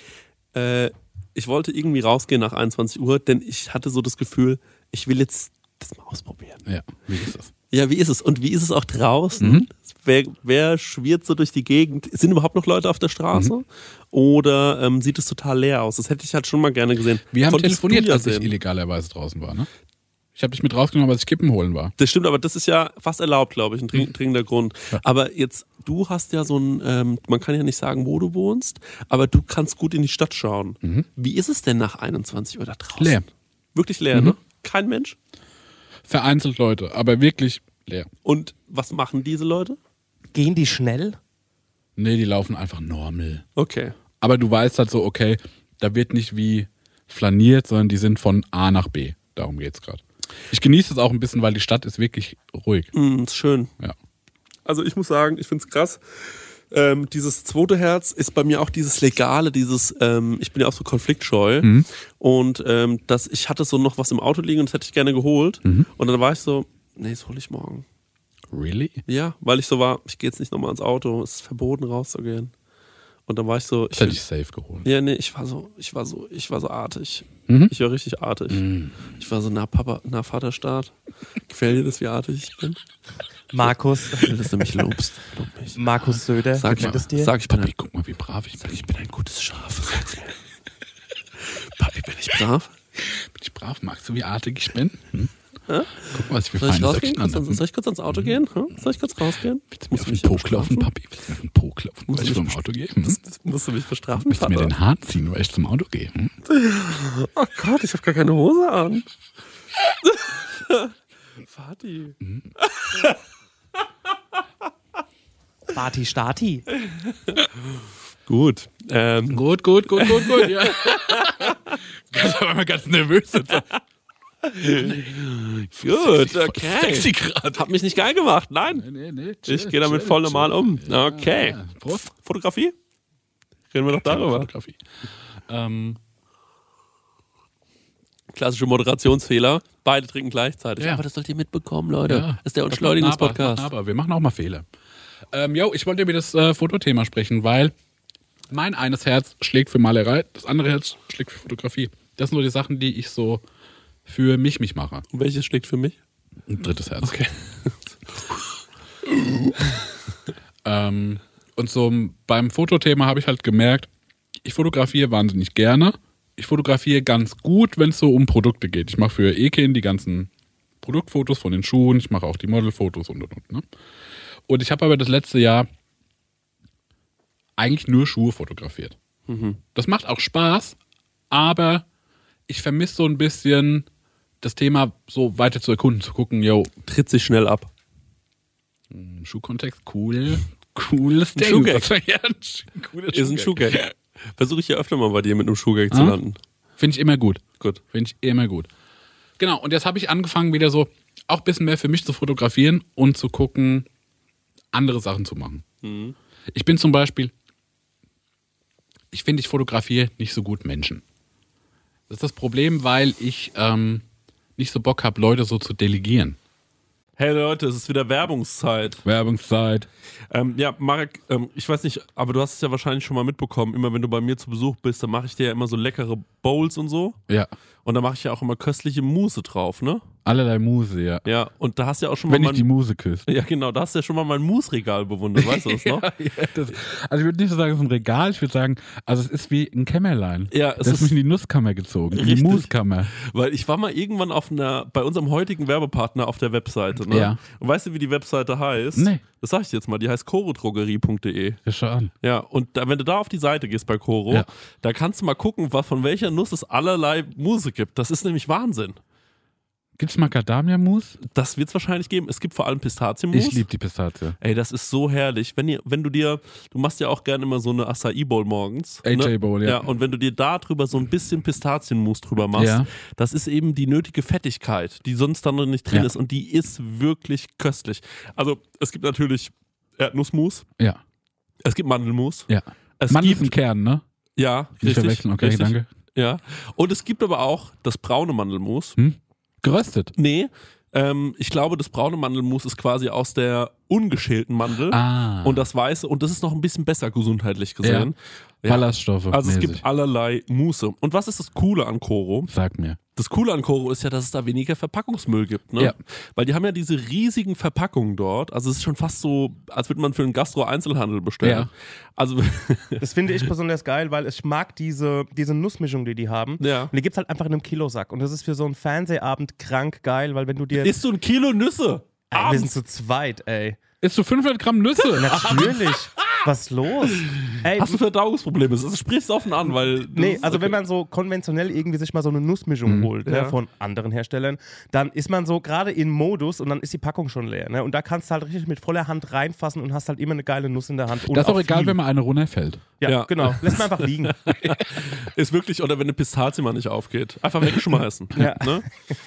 Ich wollte irgendwie rausgehen nach 21 Uhr, denn ich hatte so das Gefühl, ich will jetzt das mal ausprobieren. Ja, wie ist das? Ja, wie ist es? Und wie ist es auch draußen? Wer schwirrt so durch die Gegend? Sind überhaupt noch Leute auf der Straße? Oder sieht es total leer aus? Das hätte ich halt schon mal gerne gesehen. Wir haben Konntest telefoniert, du ja als ich sehen. illegalerweise draußen war, ne? Ich habe dich mit rausgenommen, als ich Kippen holen war. Das stimmt, aber das ist ja fast erlaubt, glaube ich, ein dringender Grund. Ja. Aber jetzt, du hast ja so ein, man kann ja nicht sagen, wo du wohnst, aber du kannst gut in die Stadt schauen. Wie ist es denn nach 21 Uhr da draußen? Leer. Wirklich leer, ne? Kein Mensch? Vereinzelt Leute, aber wirklich leer. Und was machen diese Leute? Gehen die schnell? Nee, die laufen einfach normal. Okay. Aber du weißt halt so, okay, da wird nicht wie flaniert, sondern die sind von A nach B. Darum geht's gerade. Ich genieße es auch ein bisschen, weil die Stadt ist wirklich ruhig. Ist schön. Ja. Also ich muss sagen, ich finde es krass. Dieses zweite Herz ist bei mir auch dieses Legale, ich bin ja auch so konfliktscheu und ich hatte so noch was im Auto liegen und das hätte ich gerne geholt und dann war ich so, nee, das hole ich morgen. Really? Ja, weil ich so war, ich gehe jetzt nicht nochmal ins Auto, es ist verboten rauszugehen. Und dann war ich so, Das hätte ich safe geholt. ja, nee, ich war so artig. Ich war richtig artig. Ich war so, Vaterstaat, gefällt dir das, wie artig ich bin? Markus. Ich will, dass du mich lobst. Lob mich. Markus Söder. Sag gefällt es dir? ich bin Papi, guck mal, wie brav ich bin. ich bin ein gutes Schaf. Sag's mir. Papi, bin ich brav? Bin ich brav? Magst du, wie artig ich bin? Ja? Guck mal, was ich für Soll ich feine rausgehen? Söckchen an. Soll ich kurz ans Auto gehen? Soll ich kurz rausgehen? Willst du mir auf den mich Po bestrafen? klopfen, Papi? Willst du mir auf den Po klopfen, Musst weil du ich mich vom Auto gehe? Hm? Musst du mich bestrafen, Willst du mir Vater? den Hahn ziehen, weil ich zum Auto gehe? Hm? Oh Gott, ich habe gar keine Hose an. Vati. Vati Stati. Gut. Gut, ja. Ganz aber mal ganz nervös. Gut, okay. Sexy gerade. Hab mich nicht geil gemacht, nein. Nee, Ich gehe damit voll normal um. Okay. Ja, Prost. Fotografie? Reden wir doch darüber. Fotografie. Klassische Moderationsfehler. Beide trinken gleichzeitig. Ja. Aber das sollt ihr mitbekommen, Leute. Ja. Das ist der Entschleunigungspodcast. Aber wir machen auch mal Fehler. Ich wollte über das Fotothema sprechen, weil mein eines Herz schlägt für Malerei, das andere Herz schlägt für Fotografie. Das sind so die Sachen, die ich so für mich mache. Und welches schlägt für mich? Ein drittes Herz. Okay. Und so beim Fotothema habe ich halt gemerkt, ich fotografiere wahnsinnig gerne. Ich fotografiere ganz gut, wenn es so um Produkte geht. Ich mache für Ekin die ganzen Produktfotos von den Schuhen, ich mache auch die Modelfotos und. Ne? Und ich habe aber das letzte Jahr eigentlich nur Schuhe fotografiert. Das macht auch Spaß, aber ich vermisse so ein bisschen das Thema so weiter zu erkunden, zu gucken, Tritt sich schnell ab. im Schuhkontext, cooles Ding. Schuhgag. Ja, cooles Ist ein Schuhgag. Versuche ich ja öfter mal bei dir mit einem Schuhgag zu landen. Finde ich immer gut. Gut. Finde ich immer gut. Genau, und jetzt habe ich angefangen, wieder so auch ein bisschen mehr für mich zu fotografieren und zu gucken, andere Sachen zu machen. Ich bin zum Beispiel, ich finde, ich fotografiere nicht so gut Menschen. Das ist das Problem, weil ich nicht so Bock habe, Leute so zu delegieren. Hey Leute, es ist wieder Werbungszeit. Werbungszeit. Ja, Marek, ich weiß nicht, aber du hast es ja wahrscheinlich schon mal mitbekommen. Immer wenn du bei mir zu Besuch bist, dann mache ich dir ja immer so leckere Bowls und so. Ja. Und da mache ich ja auch immer köstliche Mousse drauf, ne? Allerlei Muse, ja. Ja, und da hast du ja auch schon Wenn mal ich die Muse küsse. Ja, genau, da hast du ja schon mal mein Mousse-Regal bewundert, weißt du das noch? Also ich würde nicht so sagen, es ist ein Regal, ich würde sagen, also es ist wie ein Kämmerlein. Ja, das ist mich in die Nusskammer gezogen, in die Richtig. Muskammer. Weil ich war mal irgendwann bei unserem heutigen Werbepartner auf der Webseite, ne? Ja. Und weißt du, wie die Webseite heißt? Nee. Das sag ich dir jetzt mal, die heißt chorodrogerie.de. Ja, schau an. Ja, und wenn du da auf die Seite gehst bei Coro, Ja. da kannst du mal gucken, von welcher Nuss es allerlei Mousse gibt. Das ist nämlich Wahnsinn. Gibt's Macadamia-Mousse? Das wird es wahrscheinlich geben. Es gibt vor allem Pistazienmus. Ich liebe die Pistazie. Ey, das ist so herrlich. Wenn du machst ja auch gerne immer so eine Acai-Bowl morgens. AJ-Bowl, ja. Ja, und wenn du dir da drüber so ein bisschen Pistazienmus drüber machst, Ja. das ist eben die nötige Fettigkeit, die sonst dann noch nicht drin Ja. ist. Und die ist wirklich köstlich. Also, es gibt natürlich Erdnussmus, Ja, es gibt Mandelmus. ja. Es Mandel ist gibt, ein Kern, ne? ja, Nicht richtig, verwechseln, okay, richtig. danke. Ja. Und es gibt aber auch das braune Mandelmus. Geröstet. Nee, ich glaube, das braune Mandelmus ist quasi aus der ungeschälten Mandel. Ah. Und das weiße, und das ist noch ein bisschen besser gesundheitlich gesehen. Ja. Ballaststoffe. Also es mäßig. gibt allerlei Muße. Und was ist das Coole an Coro? Sag mir. Das Coole an Coro ist ja, dass es da weniger Verpackungsmüll gibt, ne? Ja. Weil die haben ja diese riesigen Verpackungen dort. Also es ist schon fast so, als würde man für einen Gastro-Einzelhandel bestellen. Ja. Also Das finde ich besonders geil, weil ich mag diese Nussmischung, die haben. Ja. Und die gibt es halt einfach in einem Kilosack. Und das ist für so einen Fernsehabend krank geil, weil wenn du dir... isst du ein Kilo Nüsse? Ey, wir abends? sind zu zweit, ey. Isst du 500 Gramm Nüsse? Natürlich. Was ist los? Ey, Hast du Verdauungsprobleme? Das sprichst du offen an, weil... nee, also wenn man so konventionell irgendwie sich mal so eine Nussmischung holt, ne, Ja. von anderen Herstellern, dann ist man so gerade in Modus und dann ist die Packung schon leer. Ne? Und da kannst du halt richtig mit voller Hand reinfassen und hast halt immer eine geile Nuss in der Hand. Und Das ist auch egal, viel. wenn mal eine runterfällt. Ja, Ja. genau. Lässt man einfach liegen. Ist wirklich, oder wenn eine Pistazie mal nicht aufgeht. Einfach wegschmeißen. Ja. Ne?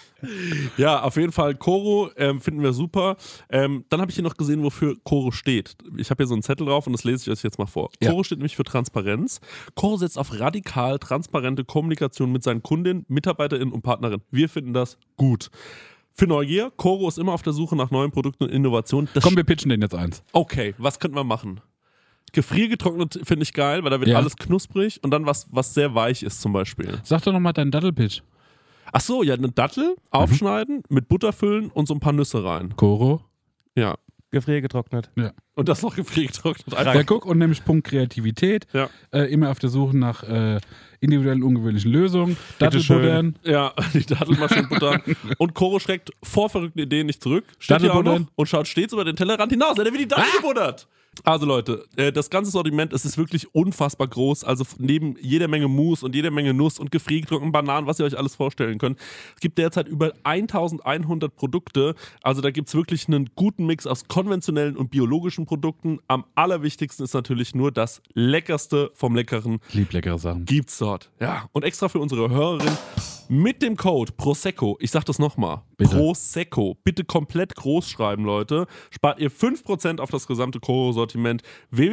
Ja, auf jeden Fall Coro finden wir super. Dann habe ich hier noch gesehen, wofür Coro steht. Ich habe hier so einen Zettel drauf und das lese ich euch jetzt mal vor. Ja. Coro steht nämlich für Transparenz. Coro setzt auf radikal transparente Kommunikation mit seinen Kundinnen, MitarbeiterInnen und Partnerinnen. Wir finden das gut. Für Neugier, Coro ist immer auf der Suche nach neuen Produkten und Innovationen. Das Komm, wir pitchen den jetzt eins. Okay, was könnten wir machen? Gefriergetrocknet finde ich geil, weil da wird Ja. alles knusprig und dann was sehr weich ist zum Beispiel. Sag doch nochmal deinen Dattelpitch. Ach so, ja, eine Dattel aufschneiden, mit Butter füllen und so ein paar Nüsse rein. Coro. Ja. Gefriergetrocknet. Ja. Und das noch gefriergetrocknet. Ja, guck, und nämlich Punkt Kreativität. Ja. Immer auf der Suche nach individuellen, ungewöhnlichen Lösungen. Dattelbuddern. Ja, die Dattelmaschinen buttern. Und Coro schreckt vor verrückten Ideen nicht zurück. Steht hier auch noch Dattelbuddern. und schaut stets über den Tellerrand hinaus. Er hat wie die Dattel gebuddert. Also Leute, das ganze Sortiment, es ist wirklich unfassbar groß. Also neben jeder Menge Mousse und jeder Menge Nuss und gefriergetrockneten Bananen, was ihr euch alles vorstellen könnt. Es gibt derzeit über 1100 Produkte. Also da gibt es wirklich einen guten Mix aus konventionellen und biologischen Produkten. Am allerwichtigsten ist natürlich nur das Leckerste vom Leckeren. Ich lieb leckere Sachen. Gibt's dort. Ja. Und extra für unsere Hörerin mit dem Code Prosecco, ich sag das nochmal, Bitte. Prosecco, bitte komplett groß schreiben, Leute, spart ihr 5% auf das gesamte Coro-Sortiment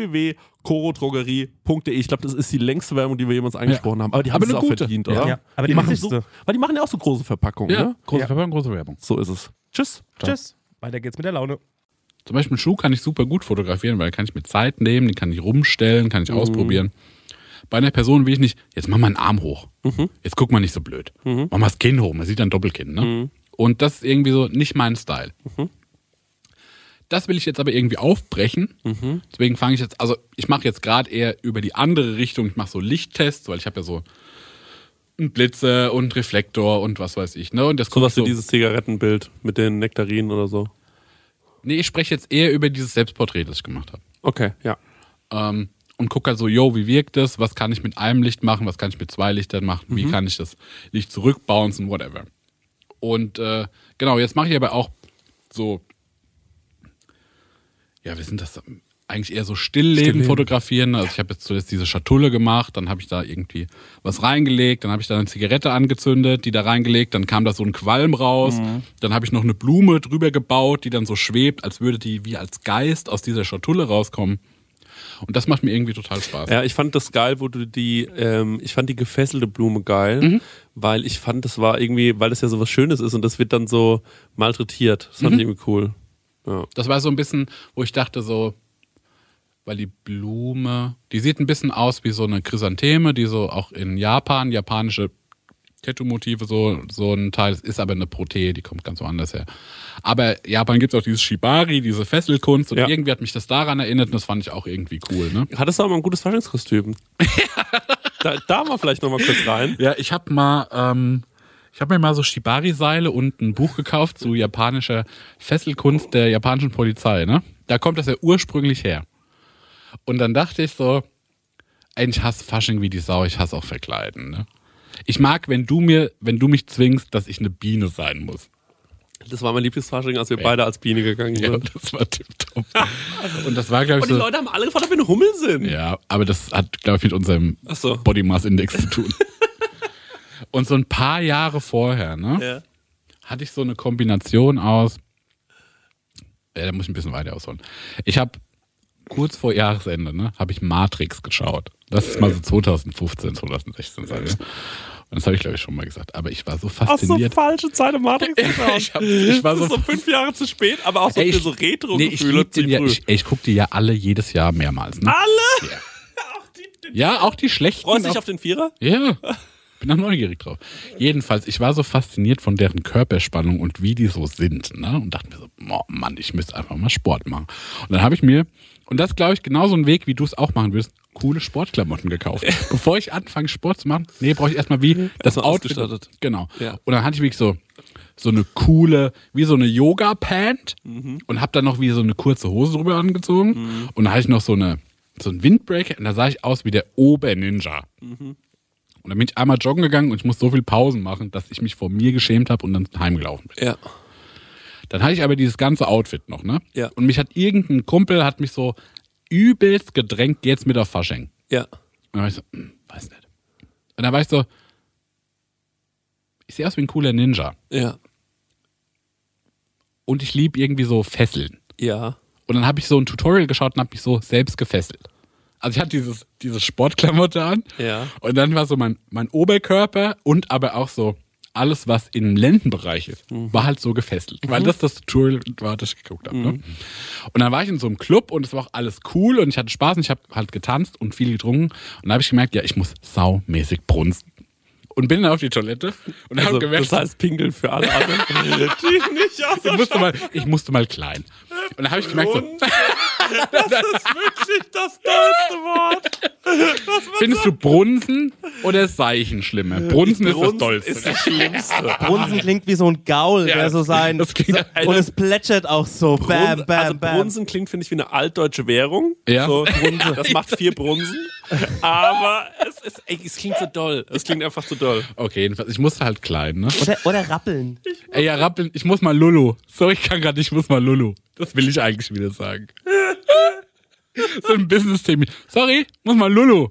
www.corodrogerie.de. Ich glaube, das ist die längste Werbung, die wir jemals angesprochen haben. Aber die haben Aber es eine auch gute. verdient, Ja. oder? Ja, aber die machen wichtigste. weil die machen ja auch so große Verpackungen, Ja, ne? große Ja. Verpackung, große Werbung. So ist es. Tschüss. Tschüss. Weiter geht's mit der Laune. Zum Beispiel einen Schuh kann ich super gut fotografieren, weil kann ich mir Zeit nehmen, den kann ich rumstellen, kann ich ausprobieren. Bei einer Person will ich nicht, jetzt mach mal einen Arm hoch. Jetzt guck mal nicht so blöd. Mach mal das Kinn hoch, man sieht dann Doppelkinn. Ne? Und das ist irgendwie so nicht mein Style. Das will ich jetzt aber irgendwie aufbrechen. Deswegen fange ich jetzt, also ich mache jetzt gerade eher über die andere Richtung. Ich mache so Lichttests, weil ich habe ja so einen Blitzer und Reflektor und was weiß ich. Ne? Und das So was so, wie dieses Zigarettenbild mit den Nektarinen oder so. Nee, ich spreche jetzt eher über dieses Selbstporträt, das ich gemacht habe. Okay, ja. Und gucke halt so, yo, wie wirkt das? Was kann ich mit einem Licht machen? Was kann ich mit zwei Lichtern machen? Wie kann ich das Licht zurückbouncen? Whatever. Und genau, jetzt mache ich aber auch so, ja, wir sind das eigentlich eher so Stillleben fotografieren. Also ich habe jetzt zuletzt diese Schatulle gemacht, dann habe ich da irgendwie was reingelegt, dann habe ich da eine Zigarette angezündet, die da reingelegt, dann kam da so ein Qualm raus, dann habe ich noch eine Blume drüber gebaut, die dann so schwebt, als würde die wie als Geist aus dieser Schatulle rauskommen. Und das macht mir irgendwie total Spaß. Ja, ich fand das geil, wo du ich fand die gefesselte Blume geil, weil ich fand, das war irgendwie, weil das ja so was Schönes ist und das wird dann so malträtiert. Das fand ich irgendwie cool. Ja. Das war so ein bisschen, wo ich dachte so, weil die Blume, die sieht ein bisschen aus wie so eine Chrysantheme, die so auch in Japan, japanische Tattoo-Motive so ein Teil, es ist aber eine Protee, die kommt ganz woanders her. Aber in Japan gibt es auch dieses Shibari, diese Fesselkunst und irgendwie hat mich das daran erinnert und das fand ich auch irgendwie cool. Ne? Hattest du auch mal ein gutes Faschingskostüm? da mal vielleicht nochmal kurz rein. Ja, ich habe mir mal so Shibari-Seile und ein Buch gekauft zu japanischer Fesselkunst der japanischen Polizei. Ne? Da kommt das ja ursprünglich her. Und dann dachte ich so, ich hasse Fasching wie die Sau, ich hasse auch Verkleiden. Ne? Ich mag, wenn du mich zwingst, dass ich eine Biene sein muss. Das war mein Lieblingsfasching, als wir beide als Biene gegangen sind. Ja, das war tipptopp. Und das war, glaube ich, Und die Leute haben alle gefragt, ob wir eine Hummel sind. Ja, aber das hat, glaube ich, mit unserem Body Mass Index zu tun. Und so ein paar Jahre vorher, ne, hatte ich so eine Kombination aus. Da muss ich ein bisschen weiter ausholen. Ich habe kurz vor Jahresende, ne, habe ich Matrix geschaut. Das ist mal so 2015, 2016 sein. Ja. Und das habe ich, glaube ich, schon mal gesagt. Aber ich war so fasziniert. Hast du falsche Zeit im Matrix geschaut? ich war so 5 Jahre zu spät, aber auch so für so Retro-Gefühle ich gucke die ja alle jedes Jahr mehrmals. Ne? Alle? Ja, auch die schlechten. Freust du dich auf den Vierer? Ja, bin auch neugierig drauf. Jedenfalls, ich war so fasziniert von deren Körperspannung und wie die so sind. Ne? Und dachte mir so, oh Mann, ich müsste einfach mal Sport machen. Und dann habe ich mir, und das glaube ich genauso ein Weg, wie du es auch machen würdest, coole Sportklamotten gekauft. Bevor ich anfange, Sport zu machen, brauche ich erstmal wie das Outfit. Genau. Ja. Und dann hatte ich wirklich so eine coole, wie so eine Yoga-Pant und habe dann noch wie so eine kurze Hose drüber angezogen. Und dann hatte ich noch so einen Windbreaker und da sah ich aus wie der Ober-Ninja. Und dann bin ich einmal joggen gegangen und ich musste so viel Pausen machen, dass ich mich vor mir geschämt habe und dann heimgelaufen bin. Ja. Dann hatte ich aber dieses ganze Outfit noch, ne? Ja. Und mich hat irgendein Kumpel, hat mich so übelst gedrängt, geht's mit auf Fasching. Ja. Und dann war ich so, weiß nicht. Und dann war ich so, ich sehe aus wie ein cooler Ninja. Ja. Und ich liebe irgendwie so Fesseln. Ja. Und dann habe ich so ein Tutorial geschaut und habe mich so selbst gefesselt. Also ich hatte diese Sportklamotte an. Ja. Und dann war so mein Oberkörper und aber auch so alles, was im Lendenbereich ist, war halt so gefesselt. Weil das Tutorial war, das ich geguckt habe. Ne? Und dann war ich in so einem Club und es war auch alles cool und ich hatte Spaß und ich habe halt getanzt und viel getrunken. Und dann habe ich gemerkt, ja, ich muss saumäßig brunzen. Und bin dann auf die Toilette und habe gemerkt... Das heißt pinkeln für alle anderen, die nicht ich musste mal klein. Und dann habe ich gemerkt, so... Das ist wirklich das tollste Wort. Findest du Brunsen oder Seichen schlimmer? Brunsen ist das Tollste. Ist das Schlimmste. Brunsen klingt wie so ein Gaul, der so sein... und es plätschert auch so. Bam, bam, also bam. Brunsen klingt, finde ich, wie eine altdeutsche Währung. Ja. So, das macht 4 Brunsen. Aber es klingt so doll. Es klingt einfach so doll. Okay, jedenfalls, ich musste halt klein, ne? Oder rappeln. Ey, ja, rappeln, ich muss mal Lulu. Sorry, ich kann gerade nicht, ich muss mal Lulu. Das will ich eigentlich wieder sagen. So ein Business-Thema. Sorry, muss mal Lulu.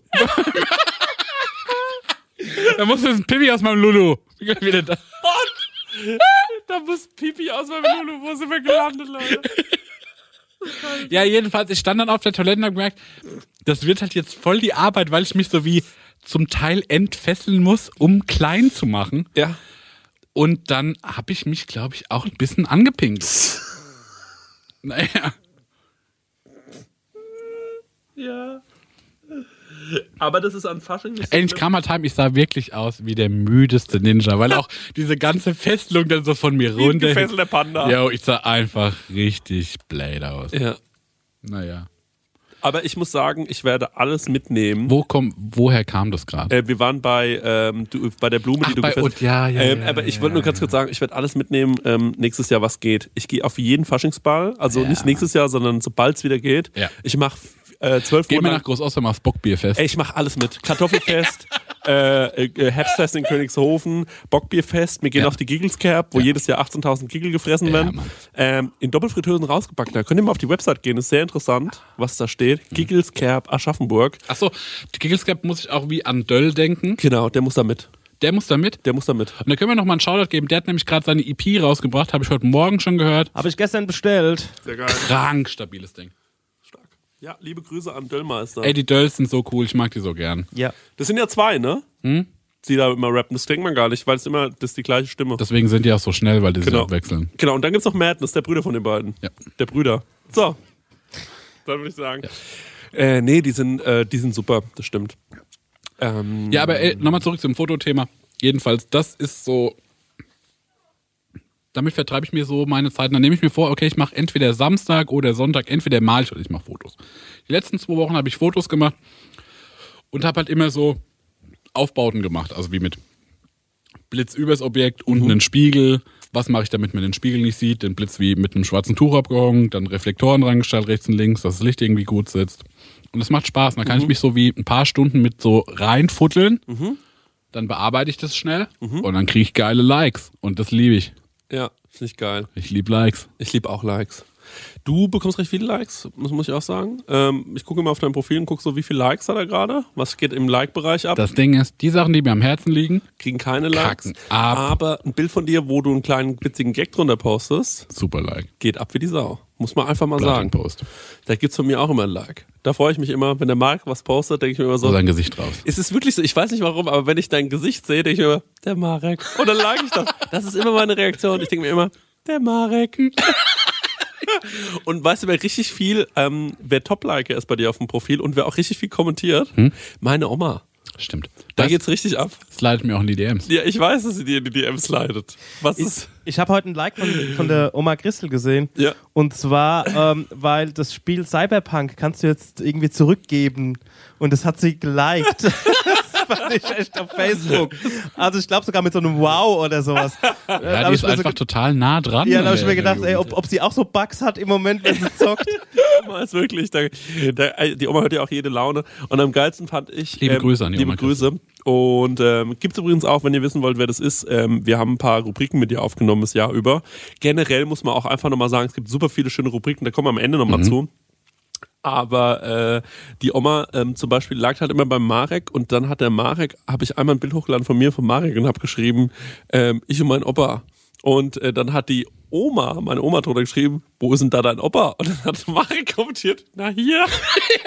Da muss jetzt ein Pipi aus meinem Lulu. Wieder da. Da muss Pipi aus meinem Lulu. Wo sind wir gelandet, Leute? Ja, jedenfalls, ich stand dann auf der Toilette und habe gemerkt, das wird halt jetzt voll die Arbeit, weil ich mich so wie zum Teil entfesseln muss, um klein zu machen. Ja. Und dann habe ich mich, glaube ich, auch ein bisschen angepinkt. Naja. Ja. Aber das ist an Fasching nicht so. Endlich Kramertime, ich sah wirklich aus wie der müdeste Ninja, weil auch diese ganze Fesselung dann so von mir runter. Wie ein gefesselter Panda. Ja, ich sah einfach richtig blöd aus. Ja. Naja. Aber ich muss sagen, ich werde alles mitnehmen. Woher kam das gerade? Wir waren bei der Blume, die du gefesselt hast. Ja, aber ich wollte nur ganz kurz sagen, ich werde alles mitnehmen nächstes Jahr, was geht. Ich gehe auf jeden Faschingsball, also nicht nächstes Jahr, sondern sobald es wieder geht. Ja. Ich mache 12 Monate. Gehen wir nach Großoster aufs Bockbierfest. Ey, ich mache alles mit. Kartoffelfest, Herbstfest in Königshofen, Bockbierfest. Wir gehen auf die Giggles-Kerb, wo jedes Jahr 18.000 Giggel gefressen werden. In Doppelfritteusen rausgepackt. Da könnt ihr mal auf die Website gehen. Ist sehr interessant, was da steht. Giggles-Kerb Aschaffenburg. Achso, die Giggles-Kerb muss ich auch wie an Döll denken. Genau, der muss da mit. Der muss da mit? Der muss da mit. Und da können wir noch mal einen Shoutout geben. Der hat nämlich gerade seine EP rausgebracht. Habe ich heute Morgen schon gehört. Habe ich gestern bestellt. Sehr geil. Krank stabiles Ding. Ja, liebe Grüße an Döllmeister. Ey, die Dölls sind so cool, ich mag die so gern. Ja. Das sind ja 2, ne? Die da immer rappen. Das denkt man gar nicht, weil das ist die gleiche Stimme. Deswegen sind die auch so schnell, weil die sich abwechseln. Genau, und dann gibt's noch Madness, der Brüder von den beiden. Ja. Der Brüder. So. Dann würde ich sagen. Ja. Nee, die sind super, das stimmt. Ja, aber nochmal zurück zum Fotothema. Jedenfalls, das ist so. Damit vertreibe ich mir so meine Zeit. Dann nehme ich mir vor, okay, ich mache entweder Samstag oder Sonntag, entweder mal ich oder ich mache Fotos. Die letzten 2 Wochen habe ich Fotos gemacht und habe halt immer so Aufbauten gemacht. Also wie mit Blitz übers Objekt, unten ein Spiegel. Was mache ich, damit man den Spiegel nicht sieht? Den Blitz wie mit einem schwarzen Tuch abgehangen, dann Reflektoren reingestellt, rechts und links, dass das Licht irgendwie gut sitzt. Und das macht Spaß. Und dann kann ich mich so wie ein paar Stunden mit so reinfutteln. Dann bearbeite ich das schnell und dann kriege ich geile Likes. Und das liebe ich. Ja, finde ich geil. Ich liebe Likes. Ich liebe auch Likes. Du bekommst recht viele Likes, muss ich auch sagen. Ich gucke immer auf dein Profil und gucke so, wie viele Likes hat er gerade? Was geht im Like-Bereich ab? Das Ding ist, die Sachen, die mir am Herzen liegen, kriegen keine Likes. kacken ab. Aber ein Bild von dir, wo du einen kleinen witzigen Gag drunter postest, Super Like. geht ab wie die Sau. Muss man einfach mal sagen. Post. Da gibt's von mir auch immer ein Like. Da freue ich mich immer, wenn der Marc was postet, denke ich mir immer so. So sein Gesicht drauf. Es ist wirklich so, ich weiß nicht warum, aber wenn ich dein Gesicht sehe, denke ich mir immer, der Marek. Und dann like ich das. Das ist immer meine Reaktion. Ich denke mir immer, der Marek. Und weißt du, wer richtig viel, wer Top-Liker ist bei dir auf dem Profil und wer auch richtig viel kommentiert? Meine Oma. Stimmt. Da geht's richtig ab. Das leitet mir auch in die DMs. Ja, ich weiß, dass sie dir in die DMs leitet. Was ist? Ich habe heute ein Like von der Oma Christel gesehen. Ja. Und zwar, weil das Spiel Cyberpunk kannst du jetzt irgendwie zurückgeben. Und das hat sie geliked. Das fand ich echt auf Facebook. Also ich glaube sogar mit so einem Wow oder sowas. Ja, die ist einfach total nah dran. Ja, da habe ich mir gedacht, ey, ob sie auch so Bugs hat im Moment, wenn sie zockt. Oma ist wirklich, die Oma hört ja auch jede Laune. Und am geilsten fand ich... Liebe Grüße an die Liebe Oma Grüße. Und gibt's übrigens auch, wenn ihr wissen wollt, wer das ist, wir haben ein paar Rubriken mit ihr aufgenommen das Jahr über. Generell muss man auch einfach nochmal sagen, es gibt super viele schöne Rubriken, da kommen wir am Ende nochmal zu. Aber die Oma zum Beispiel lag halt immer beim Marek und dann hat der Marek, habe ich einmal ein Bild hochgeladen von mir, vom Marek und habe geschrieben, ich und mein Opa. Und dann hat die Oma, meine Oma drunter geschrieben, wo ist denn da dein Opa? Und dann hat Marek kommentiert, na hier. Und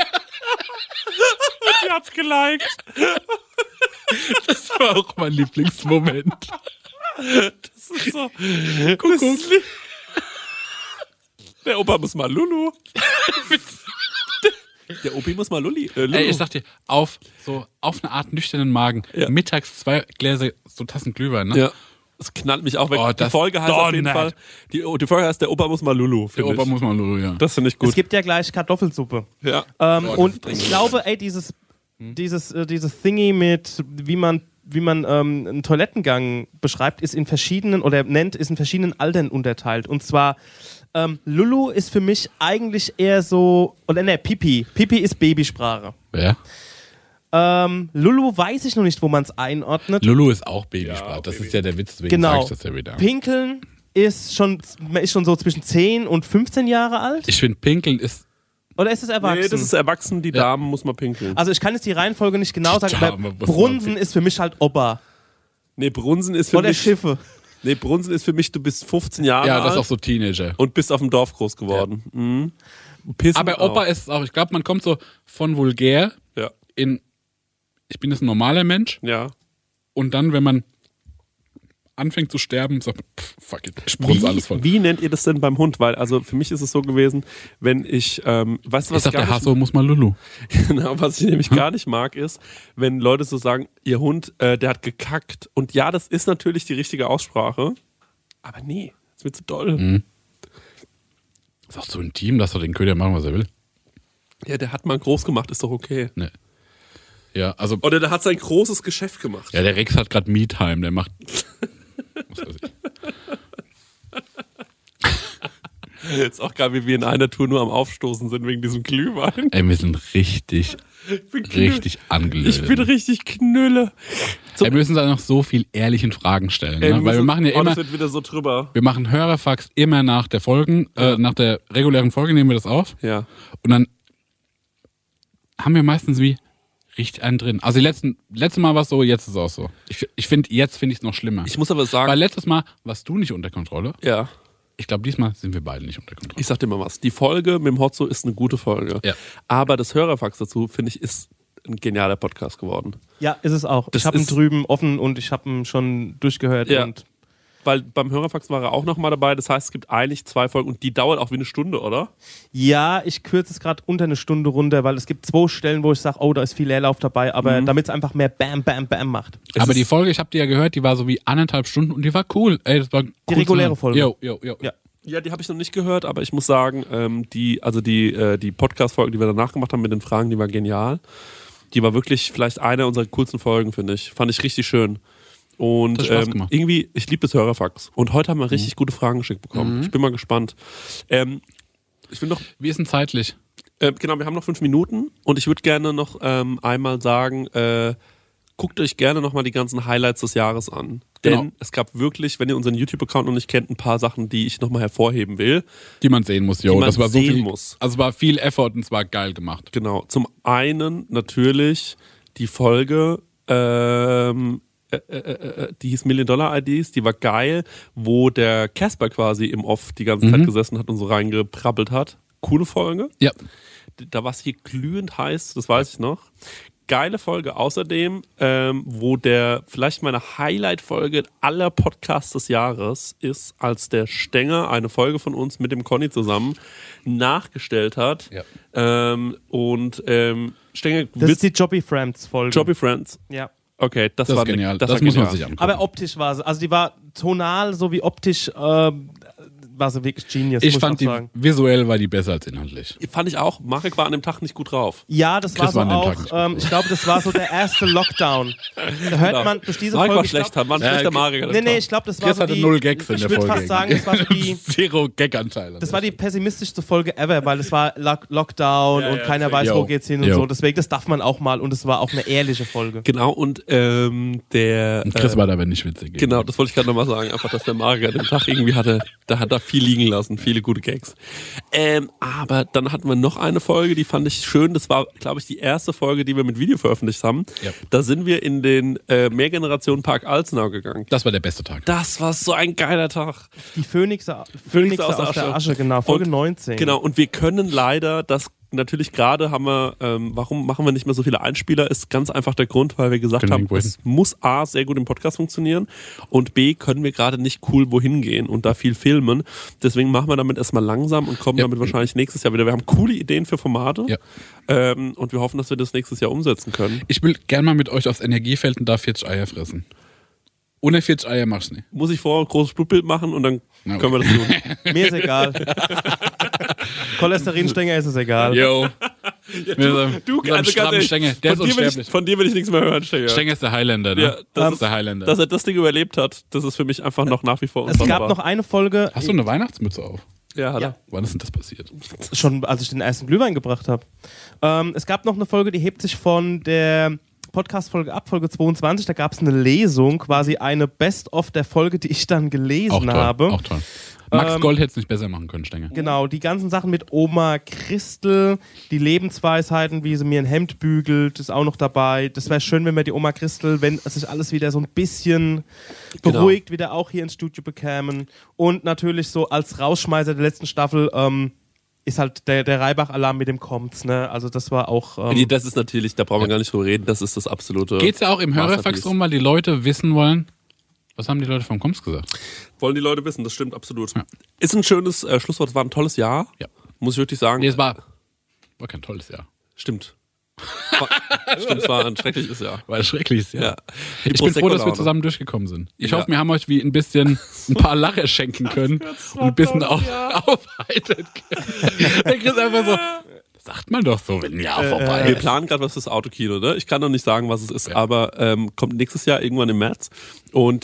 sie hat's geliked. Das war auch mein Lieblingsmoment. Das ist so. Kuckuck. Der Opa muss mal Lulu. Der Opi muss mal Lulu. Ey, ich sag dir, auf eine Art nüchternen Magen, mittags 2 Gläser, so Tassen Glühwein, ne? Ja. Das knallt mich auch weg. Oh, die Folge heißt auf jeden Fall, die Folge heißt der Opa muss mal Lulu. Der Opa muss mal Lulu, ja. Das finde ich gut. Es gibt ja gleich Kartoffelsuppe. Ja. Und ich glaube, ey, dieses Thingy mit, wie man einen Toilettengang beschreibt, ist in verschiedenen Altern unterteilt. Und zwar, Lulu ist für mich eigentlich eher so, oder ne, Pipi. Pipi ist Babysprache. Ja. Lulu weiß ich noch nicht, wo man es einordnet. Lulu ist auch Babysprache. Ja, das Baby. ist ja der Witz, deswegen Genau. sag ich das ja wieder. Pinkeln man ist schon so zwischen 10 und 15 Jahre alt. Ich finde, Pinkeln ist... Oder ist es erwachsen? Nee, das ist erwachsen, die Damen muss man pinkeln. Also ich kann jetzt die Reihenfolge nicht genau sagen, Dame aber muss Brunsen man ist für mich halt Opa. Nee, Brunsen ist für Oder mich... Schiffe. Nee, Brunsen ist für mich, du bist 15 Jahre Ja, alt das ist auch so Teenager. und bist auf dem Dorf groß geworden. Ja. Mhm. Pissen Aber Opa auch. ist es auch, ich glaube, man kommt so von vulgär Ja. in, ich bin jetzt ein normaler Mensch Ja. und dann, wenn man anfängt zu sterben, sagt man, fuck it, ich brunse alles voll. Wie nennt ihr das denn beim Hund? Weil, also für mich ist es so gewesen, wenn ich, weißt du, Ich was sag, gar der nicht, Hasso muss mal Lulu. genau, was ich nämlich gar nicht mag, ist, wenn Leute so sagen, ihr Hund, der hat gekackt. Und ja, das ist natürlich die richtige Aussprache, aber nee, das wird zu doll. Ist auch so intim, dass er den Köder machen, was er will. Ja, der hat mal groß gemacht, ist doch okay. Ne. Ja, also, Oder der hat sein großes Geschäft gemacht. ja, der Rex hat gerade Me-Time, der macht... was weiß ich. Ist auch geil, wie wir in einer Tour nur am Aufstoßen sind wegen diesem Glühwein. Ey, wir sind richtig angelötet. Ich bin richtig Knülle. Wir müssen da noch so viel ehrlichen Fragen stellen, ne? Weil wir machen ja immer, Das wird wieder so drüber. wir machen Hörerfax immer nach der Folgen, nach der regulären Folge nehmen wir das auf Ja. und dann haben wir meistens wie richtig einen drin. Also letztes Mal war es so, jetzt ist es auch so. Jetzt finde ich es noch schlimmer. Ich muss aber sagen, Weil letztes Mal warst du nicht unter Kontrolle ja. Ich glaube, diesmal sind wir beide nicht unter Kontrolle. Ich sag dir mal was. Die Folge mit dem Hotzo ist eine gute Folge. Ja. Aber das Hörerfax dazu, finde ich, ist ein genialer Podcast geworden. Ja, ist es auch. Das Ich habe ihn ist- drüben offen und ich habe ihn schon durchgehört. Ja. Und Weil beim Hörerfax war er auch nochmal dabei. Das heißt, es gibt eigentlich 2 Folgen und die dauert auch wie eine Stunde, oder? ja, ich kürze es gerade unter eine Stunde runter, weil es gibt 2 Stellen, wo ich sage, oh, da ist viel Leerlauf dabei, aber damit es einfach mehr Bam, Bam, Bam macht. Aber die Folge, ich habe die ja gehört, die war so wie 1,5 Stunden und die war cool. Ey, das war cool reguläre zu Folge. hören. Jo. Ja. Ja, die habe ich noch nicht gehört, aber ich muss sagen, die Podcast-Folge, die wir danach gemacht haben mit den Fragen, die war genial. Die war wirklich vielleicht eine unserer coolsten Folgen, finde ich. Fand ich richtig schön. Und Das hat Spaß gemacht. irgendwie, ich liebe das Hörerfax. Und heute haben wir richtig gute Fragen geschickt bekommen. Ich bin mal gespannt. Ich will noch, Wie ist denn zeitlich? genau, wir haben noch 5 Minuten und ich würde gerne noch einmal sagen, guckt euch gerne nochmal die ganzen Highlights des Jahres an. Denn Genau. es gab wirklich, wenn ihr unseren YouTube-Account noch nicht kennt, ein paar Sachen, die ich nochmal hervorheben will. Die man sehen muss, jo. Die man Das war so sehen viel. muss. Also es war viel Effort und es war geil gemacht. Genau. Zum einen natürlich die Folge, die hieß $1 Million-IDs, die war geil, wo der Casper quasi im Off die ganze Zeit gesessen hat und so reingeprabbelt hat. Coole Folge. Ja. Da war es hier glühend heiß, das weiß ich noch. Geile Folge außerdem, wo vielleicht meine Highlight-Folge aller Podcasts des Jahres ist, als der Stenger eine Folge von uns mit dem Conny zusammen nachgestellt hat. Ja. Stenger, Das ist die Jobby Friends Folge. Jobby Friends. Ja. Okay, das Das war ist genial. Das Das war muss man genial. sich angucken. Aber optisch war sie, also die war tonal sowie optisch, war sie wirklich Genius, Ich muss fand auch die, sagen. visuell war die besser als inhaltlich. Fand ich auch. Marek war an dem Tag nicht gut drauf. Ja, das war Chris so war an dem Tag auch, nicht gut ich glaube, das war so der erste Lockdown. Da hört man durch diese Marek Folge... war ich glaub- schlecht, war ein schlechter Marek. an dem Nee, Tag. ich glaube, das war Chris so hatte die... 0 Gags in ich der würde Folge. fast sagen, das war so die... Zero Gag-Anteile. Das war die pessimistischste Folge ever, weil es war Lockdown und keiner weiß, Jo. wo geht's hin und Jo. so. Deswegen, das darf man auch mal und es war auch eine ehrliche Folge. Genau, und der... Und Chris war da aber nicht witzig. Genau, das wollte ich gerade nochmal sagen. Einfach, dass der Marek an dem Tag irgendwie hatte, da hat er viel liegen lassen, viele gute Gags. Aber dann hatten wir noch eine Folge, die fand ich schön. Das war, glaube ich, die erste Folge, die wir mit Video veröffentlicht haben. Ja. Da sind wir in den Mehrgenerationen-Park Alzenau gegangen. Das war der beste Tag. Das war so ein geiler Tag. Die Phönixe aus der Asche, genau. Folge Und- 19. Genau, und wir können leider das natürlich gerade haben wir, warum machen wir nicht mehr so viele Einspieler, ist ganz einfach der Grund, weil wir gesagt Können haben, irgendwo hin. es muss A, sehr gut im Podcast funktionieren und B, können wir gerade nicht cool wohin gehen und da viel filmen. Deswegen machen wir damit erstmal langsam und kommen Ja. damit wahrscheinlich nächstes Jahr wieder. Wir haben coole Ideen für Formate Ja. und wir hoffen, dass wir das nächstes Jahr umsetzen können. Ich will gern mal mit euch aufs Energiefeld und da 40 Eier fressen. Ohne 40 Eier machst du nicht. Muss ich vorher ein großes Blutbild machen und dann Na, können wir das tun. Mir ist egal. Cholesterinstänger ist es egal. Yo. Du, also ganz ehrlich, Stenge, der ist von dir will unsterblich. von dir will ich nichts mehr hören, Stenger. Stenge ist der Highlander, ne? Ja, das ist der Highlander. Dass er das Ding überlebt hat, das ist für mich einfach noch nach wie vor Es gab unfassbar. noch eine Folge, Hast du eine Weihnachtsmütze auf? Ja, hat Ja. er. Wann ist denn das passiert? schon als ich den ersten Glühwein gebracht habe. Es gab noch eine Folge, die hebt sich von der Podcast-Folge ab, Folge 22. Da gab es eine Lesung, quasi eine Best-of der Folge, die ich dann gelesen Auch toll. habe. Auch toll. Max Gold hätte es nicht besser machen können, Stenge. Genau, die ganzen Sachen mit Oma Christel, die Lebensweisheiten, wie sie mir ein Hemd bügelt, ist auch noch dabei. Das wäre schön, wenn wir die Oma Christel, wenn sich alles wieder so ein bisschen beruhigt, wieder auch hier ins Studio bekämen. Und natürlich so als Rausschmeißer der letzten Staffel ist halt der Reibach-Alarm mit dem Kommt's, ne? Also das war auch... Nee, das ist natürlich, da brauchen wir gar nicht drüber reden, das ist das absolute... Geht's ja auch im Hörerfax Masterpiece. drum, weil die Leute wissen wollen, was haben die Leute vom Koms gesagt? Wollen die Leute wissen, das stimmt absolut. Ja. Ist ein schönes Schlusswort, es war ein tolles Jahr, Ja. muss ich wirklich sagen. Nee, es war kein tolles Jahr. Stimmt. Stimmt, es war ein schreckliches Jahr. War ein schreckliches Jahr. Ja. Ich bin froh, dass wir Prosecco-Laune. zusammen durchgekommen sind. Ich Ja. hoffe, wir haben euch wie ein paar Lacher schenken können und ein bisschen aufheitern können. Der Chris einfach so, sagt man doch so, wenn ein Jahr vorbei Wir ist. planen gerade was fürs Autokino, ne? Ich kann noch nicht sagen, was es ist, aber kommt nächstes Jahr irgendwann im März. Und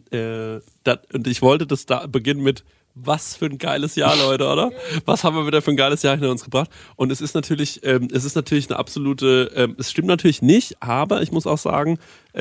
ich wollte das da beginnen mit, was für ein geiles Jahr, Leute, oder? Was haben wir wieder für ein geiles Jahr hinter uns gebracht? Und es ist natürlich eine absolute, es stimmt natürlich nicht, aber ich muss auch sagen,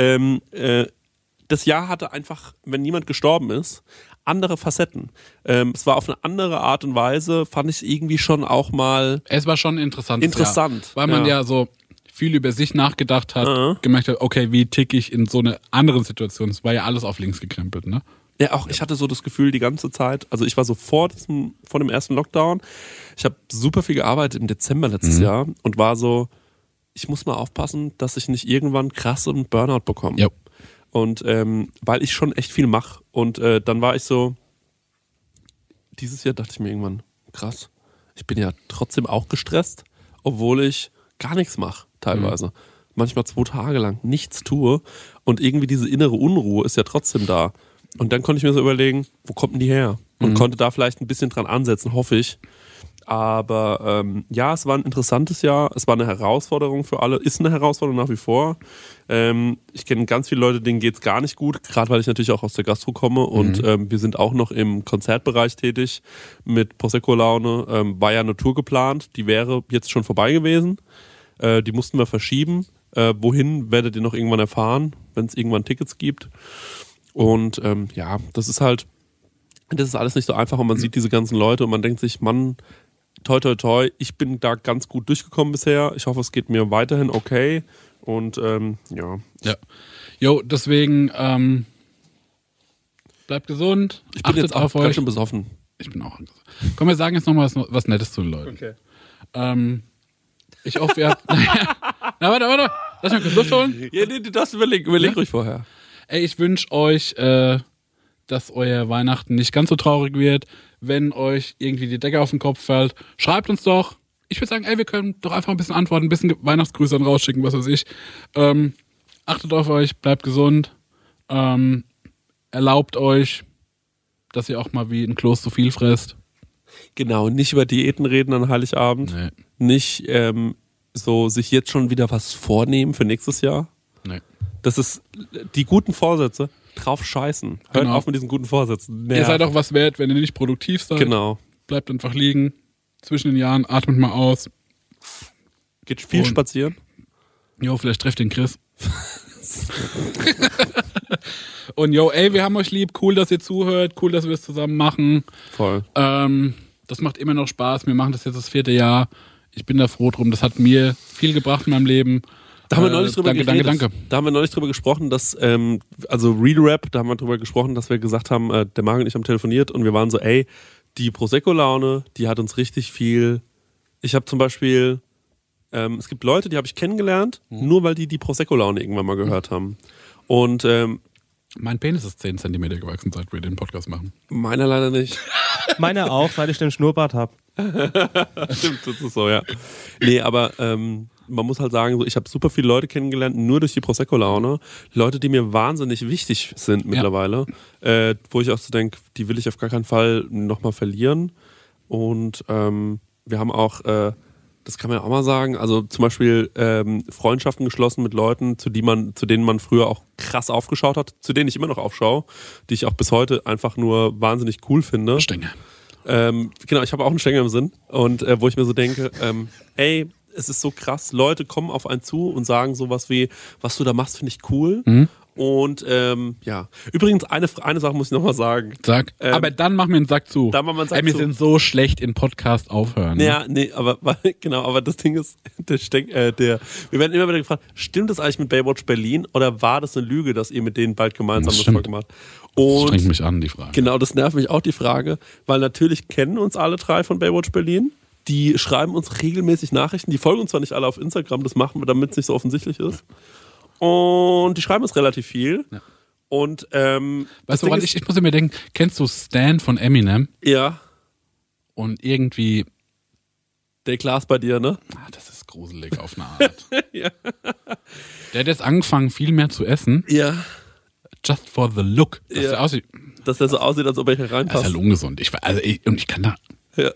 das Jahr hatte einfach, wenn niemand gestorben ist, andere Facetten. Es war auf eine andere Art und Weise, fand ich irgendwie schon auch mal Es war schon interessant. Interessant, Weil man ja. ja so viel über sich nachgedacht hat, gemerkt hat, okay, wie ticke ich in so einer anderen Situation? Es war ja alles auf links gekrempelt, ne? Ja, auch ich hatte so das Gefühl die ganze Zeit, also ich war so vor dem ersten Lockdown, ich habe super viel gearbeitet im Dezember letztes Jahr und war so, ich muss mal aufpassen, dass ich nicht irgendwann krass einen Burnout bekomme. Ja. Und weil ich schon echt viel mache und dann war ich so, dieses Jahr dachte ich mir irgendwann, krass, ich bin ja trotzdem auch gestresst, obwohl ich gar nichts mache teilweise. Manchmal 2 Tage lang nichts tue und irgendwie diese innere Unruhe ist ja trotzdem da. Und dann konnte ich mir so überlegen, wo kommt denn die her? Und konnte da vielleicht ein bisschen dran ansetzen, hoffe ich. Aber ja, es war ein interessantes Jahr. Es war eine Herausforderung für alle. Ist eine Herausforderung nach wie vor. Ich kenne ganz viele Leute, denen geht es gar nicht gut. Gerade weil ich natürlich auch aus der Gastro komme. Und wir sind auch noch im Konzertbereich tätig mit Prosecco-Laune. War ja eine Tour geplant. Die wäre jetzt schon vorbei gewesen. Die mussten wir verschieben. Wohin werdet ihr noch irgendwann erfahren, wenn es irgendwann Tickets gibt. Und ja, das ist alles nicht so einfach und man sieht diese ganzen Leute und man denkt sich, Mann, toi toi toi, ich bin da ganz gut durchgekommen bisher. Ich hoffe, es geht mir weiterhin okay. Und ja. Ja. Jo, deswegen bleibt gesund. Ich bin jetzt auch ganz schön besoffen. Ich bin auch angesoffen. Komm, wir sagen jetzt noch mal was Nettes zu den Leuten. Okay. Ich hoffe, ihr habt... Na, warte. Lass mich kurz Luft holen. Ja, nee, du darfst überleg ruhig vorher. Ey, ich wünsche euch, dass euer Weihnachten nicht ganz so traurig wird. Wenn euch irgendwie die Decke auf den Kopf fällt, schreibt uns doch. Ich würde sagen, ey, wir können doch einfach ein bisschen antworten, ein bisschen Weihnachtsgrüße dann rausschicken, was weiß ich. Achtet auf euch, bleibt gesund. Erlaubt euch, dass ihr auch mal wie ein Kloß zu viel fresst. Genau, nicht über Diäten reden an Heiligabend. Nee. Nicht so sich jetzt schon wieder was vornehmen für nächstes Jahr. Nee. Das ist die guten Vorsätze, drauf scheißen. Hört Genau. auf mit diesen guten Vorsätzen. Ihr seid auch was wert, wenn ihr nicht produktiv seid. Genau. Bleibt einfach liegen. Zwischen den Jahren atmet mal aus. Geht viel Und- spazieren. Jo, vielleicht trefft den Chris. Und jo, ey, wir haben euch lieb. Cool, dass ihr zuhört. Cool, dass wir es zusammen machen. Voll. Das macht immer noch Spaß. Wir machen das jetzt das 4. Jahr. Ich bin da froh drum. Das hat mir viel gebracht in meinem Leben. Da haben wir neulich drüber geredet. Danke. Da haben wir neulich drüber gesprochen, dass, also Real Rap, da haben wir drüber gesprochen, dass wir gesagt haben, der Marc und ich haben telefoniert und wir waren so, ey, die Prosecco-Laune, die hat uns richtig viel. Ich habe zum Beispiel, es gibt Leute, die habe ich kennengelernt, nur weil die Prosecco-Laune irgendwann mal gehört haben. Und Mein Penis ist 10 cm gewachsen, seit wir den Podcast machen. meiner leider nicht. Meine auch, seit ich den Schnurrbart habe. Stimmt, das ist so, ja. Nee, aber man muss halt sagen, so, ich habe super viele Leute kennengelernt, nur durch die Prosecco-Laune. Leute, die mir wahnsinnig wichtig sind mittlerweile. Wo ich auch so denke, die will ich auf gar keinen Fall nochmal verlieren. Und wir haben auch, das kann man ja auch mal sagen, also zum Beispiel Freundschaften geschlossen mit Leuten, zu denen man früher auch krass aufgeschaut hat, zu denen ich immer noch aufschaue, die ich auch bis heute einfach nur wahnsinnig cool finde. Stängel. Genau, ich habe auch einen Stängel im Sinn und wo ich mir so denke, ey, es ist so krass, Leute kommen auf einen zu und sagen sowas wie, was du da machst, finde ich cool. Und ja, übrigens eine Sache muss ich nochmal sagen. Sag. Aber dann machen wir einen Sack zu. Dann machen wir einen Sack wir zu. sind so schlecht in Podcast aufhören. Ja, nee, aber genau, aber das Ding ist, wir werden immer wieder gefragt, stimmt das eigentlich mit Baywatch Berlin oder war das eine Lüge, dass ihr mit denen bald gemeinsam das Folge macht? Das Und strengt mich an, die Frage. genau, das nervt mich auch, die Frage, weil natürlich kennen uns alle 3 von Baywatch Berlin. Die schreiben uns regelmäßig Nachrichten, die folgen uns zwar nicht alle auf Instagram, das machen wir, damit es nicht so offensichtlich ist. Und die schreiben uns relativ viel. Ja. Und Weißt du, woran ich muss mir denken, kennst du Stan von Eminem? ja, Und irgendwie, der Glas bei dir, ne? das ist gruselig auf eine Art. Ja. Der hat jetzt angefangen, viel mehr zu essen, Ja, just for the look. Dass Ja. der aussieht. dass der so aussieht, als ob er hier Das ist reinpasst. halt ungesund. Ich kann da, Ja.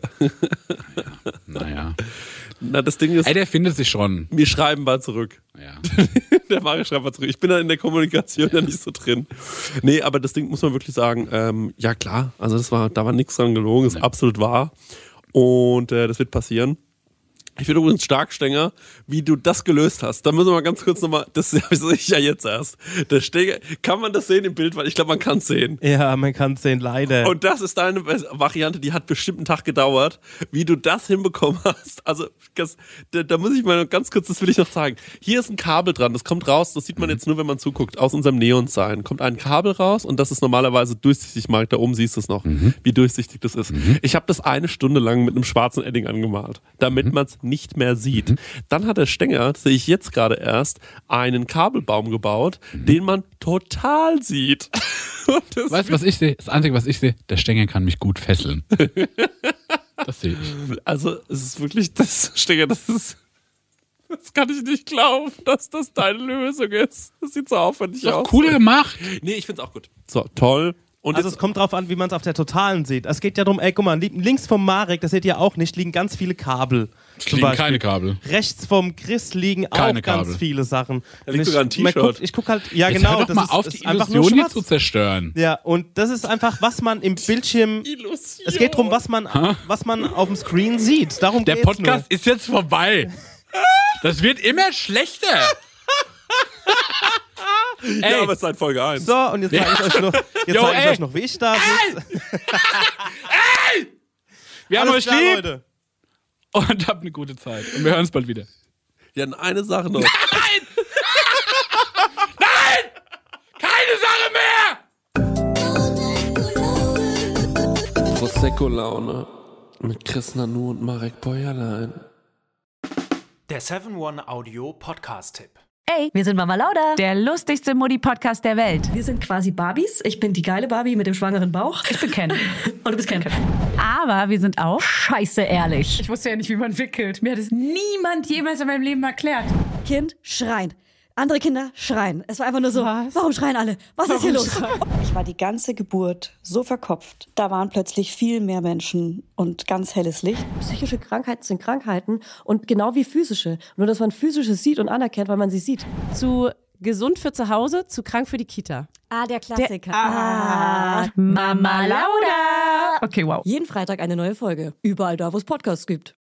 naja. Na, das Ding ist, Ey, der findet sich schon. wir schreiben bald zurück. Ja. Der Mario schreibt mal zurück. Ich bin da in der Kommunikation ja nicht so drin. Nee, aber das Ding muss man wirklich sagen, ja klar, also da war nichts dran gelogen, ist absolut wahr. Und das wird passieren. Ich finde übrigens stark, Stenger, wie du das gelöst hast. Da müssen wir mal ganz kurz nochmal, das sehe ich ja jetzt erst. Der Stenger, kann man das sehen im Bild? Weil ich glaube, man kann es sehen. Ja, man kann es sehen, leider. Und das ist deine Variante, die hat bestimmt einen Tag gedauert, wie du das hinbekommen hast. Also, da muss ich mal ganz kurz, das will ich noch zeigen. Hier ist ein Kabel dran, das kommt raus, das sieht man jetzt nur, wenn man zuguckt. Aus unserem Neon-Sign kommt ein Kabel raus und das ist normalerweise durchsichtig, Marc, da oben siehst du es noch, wie durchsichtig das ist. Ich habe das 1 Stunde lang mit einem schwarzen Edding angemalt, damit man es nicht mehr sieht. Dann hat der Stenger, das sehe ich jetzt gerade erst, einen Kabelbaum gebaut, den man total sieht. Weißt du, was ich sehe? Das Einzige, was ich sehe, der Stenger kann mich gut fesseln. Das sehe ich. Also, es ist wirklich, das Stenger, das kann ich nicht glauben, dass das deine Lösung ist. Das sieht so aufwendig aus. Cool gemacht. Nee, ich find's auch gut. So, toll. Und Also es kommt drauf an, wie man es auf der Totalen sieht. Es geht ja darum, guck mal, links vom Marek, das seht ihr auch nicht, liegen ganz viele Kabel. Es liegen keine Kabel. Rechts vom Chris liegen keine auch Kabel. ganz viele Sachen. Da liegt sogar ein T-Shirt. Ich guck halt, ja Jetzt genau. hör doch mal auf, die Illusion hier zu zerstören. Ja, und das ist einfach, was man im Bildschirm... Illusion. Es geht darum, was man auf dem Screen sieht. Darum Der geht's Podcast ist jetzt vorbei. Das wird immer schlechter. Ja, aber es ist halt Folge 1. So, und jetzt zeige ich euch noch, wie ich da sitze. Wir haben euch klar, lieb Leute. und habt eine gute Zeit. Und wir hören uns bald wieder. Ja, eine Sache noch. Nein! Nein! Keine Sache mehr! Prosecco-Laune mit Chris Nanu und Marek Bäuerlein. Der 7-One-Audio-Podcast-Tipp. Ey, wir sind Mama Lauda, der lustigste Mutti-Podcast der Welt. Wir sind quasi Barbies. Ich bin die geile Barbie mit dem schwangeren Bauch. Ich bin Ken. Und du bist Ken. Aber wir sind auch scheiße ehrlich. Ich wusste ja nicht, wie man wickelt. Mir hat es niemand jemals in meinem Leben erklärt. Kind schreien. Andere Kinder schreien. Es war einfach nur so, Was? Warum schreien alle? Was ist hier los? Ich war die ganze Geburt so verkopft. Da waren plötzlich viel mehr Menschen und ganz helles Licht. Psychische Krankheiten sind Krankheiten und genau wie physische. Nur, dass man physische sieht und anerkennt, weil man sie sieht. Zu gesund für zu Hause, zu krank für die Kita. Ah, der Klassiker. Mama Lauda. Okay, wow. Jeden Freitag eine neue Folge. Überall da, wo es Podcasts gibt.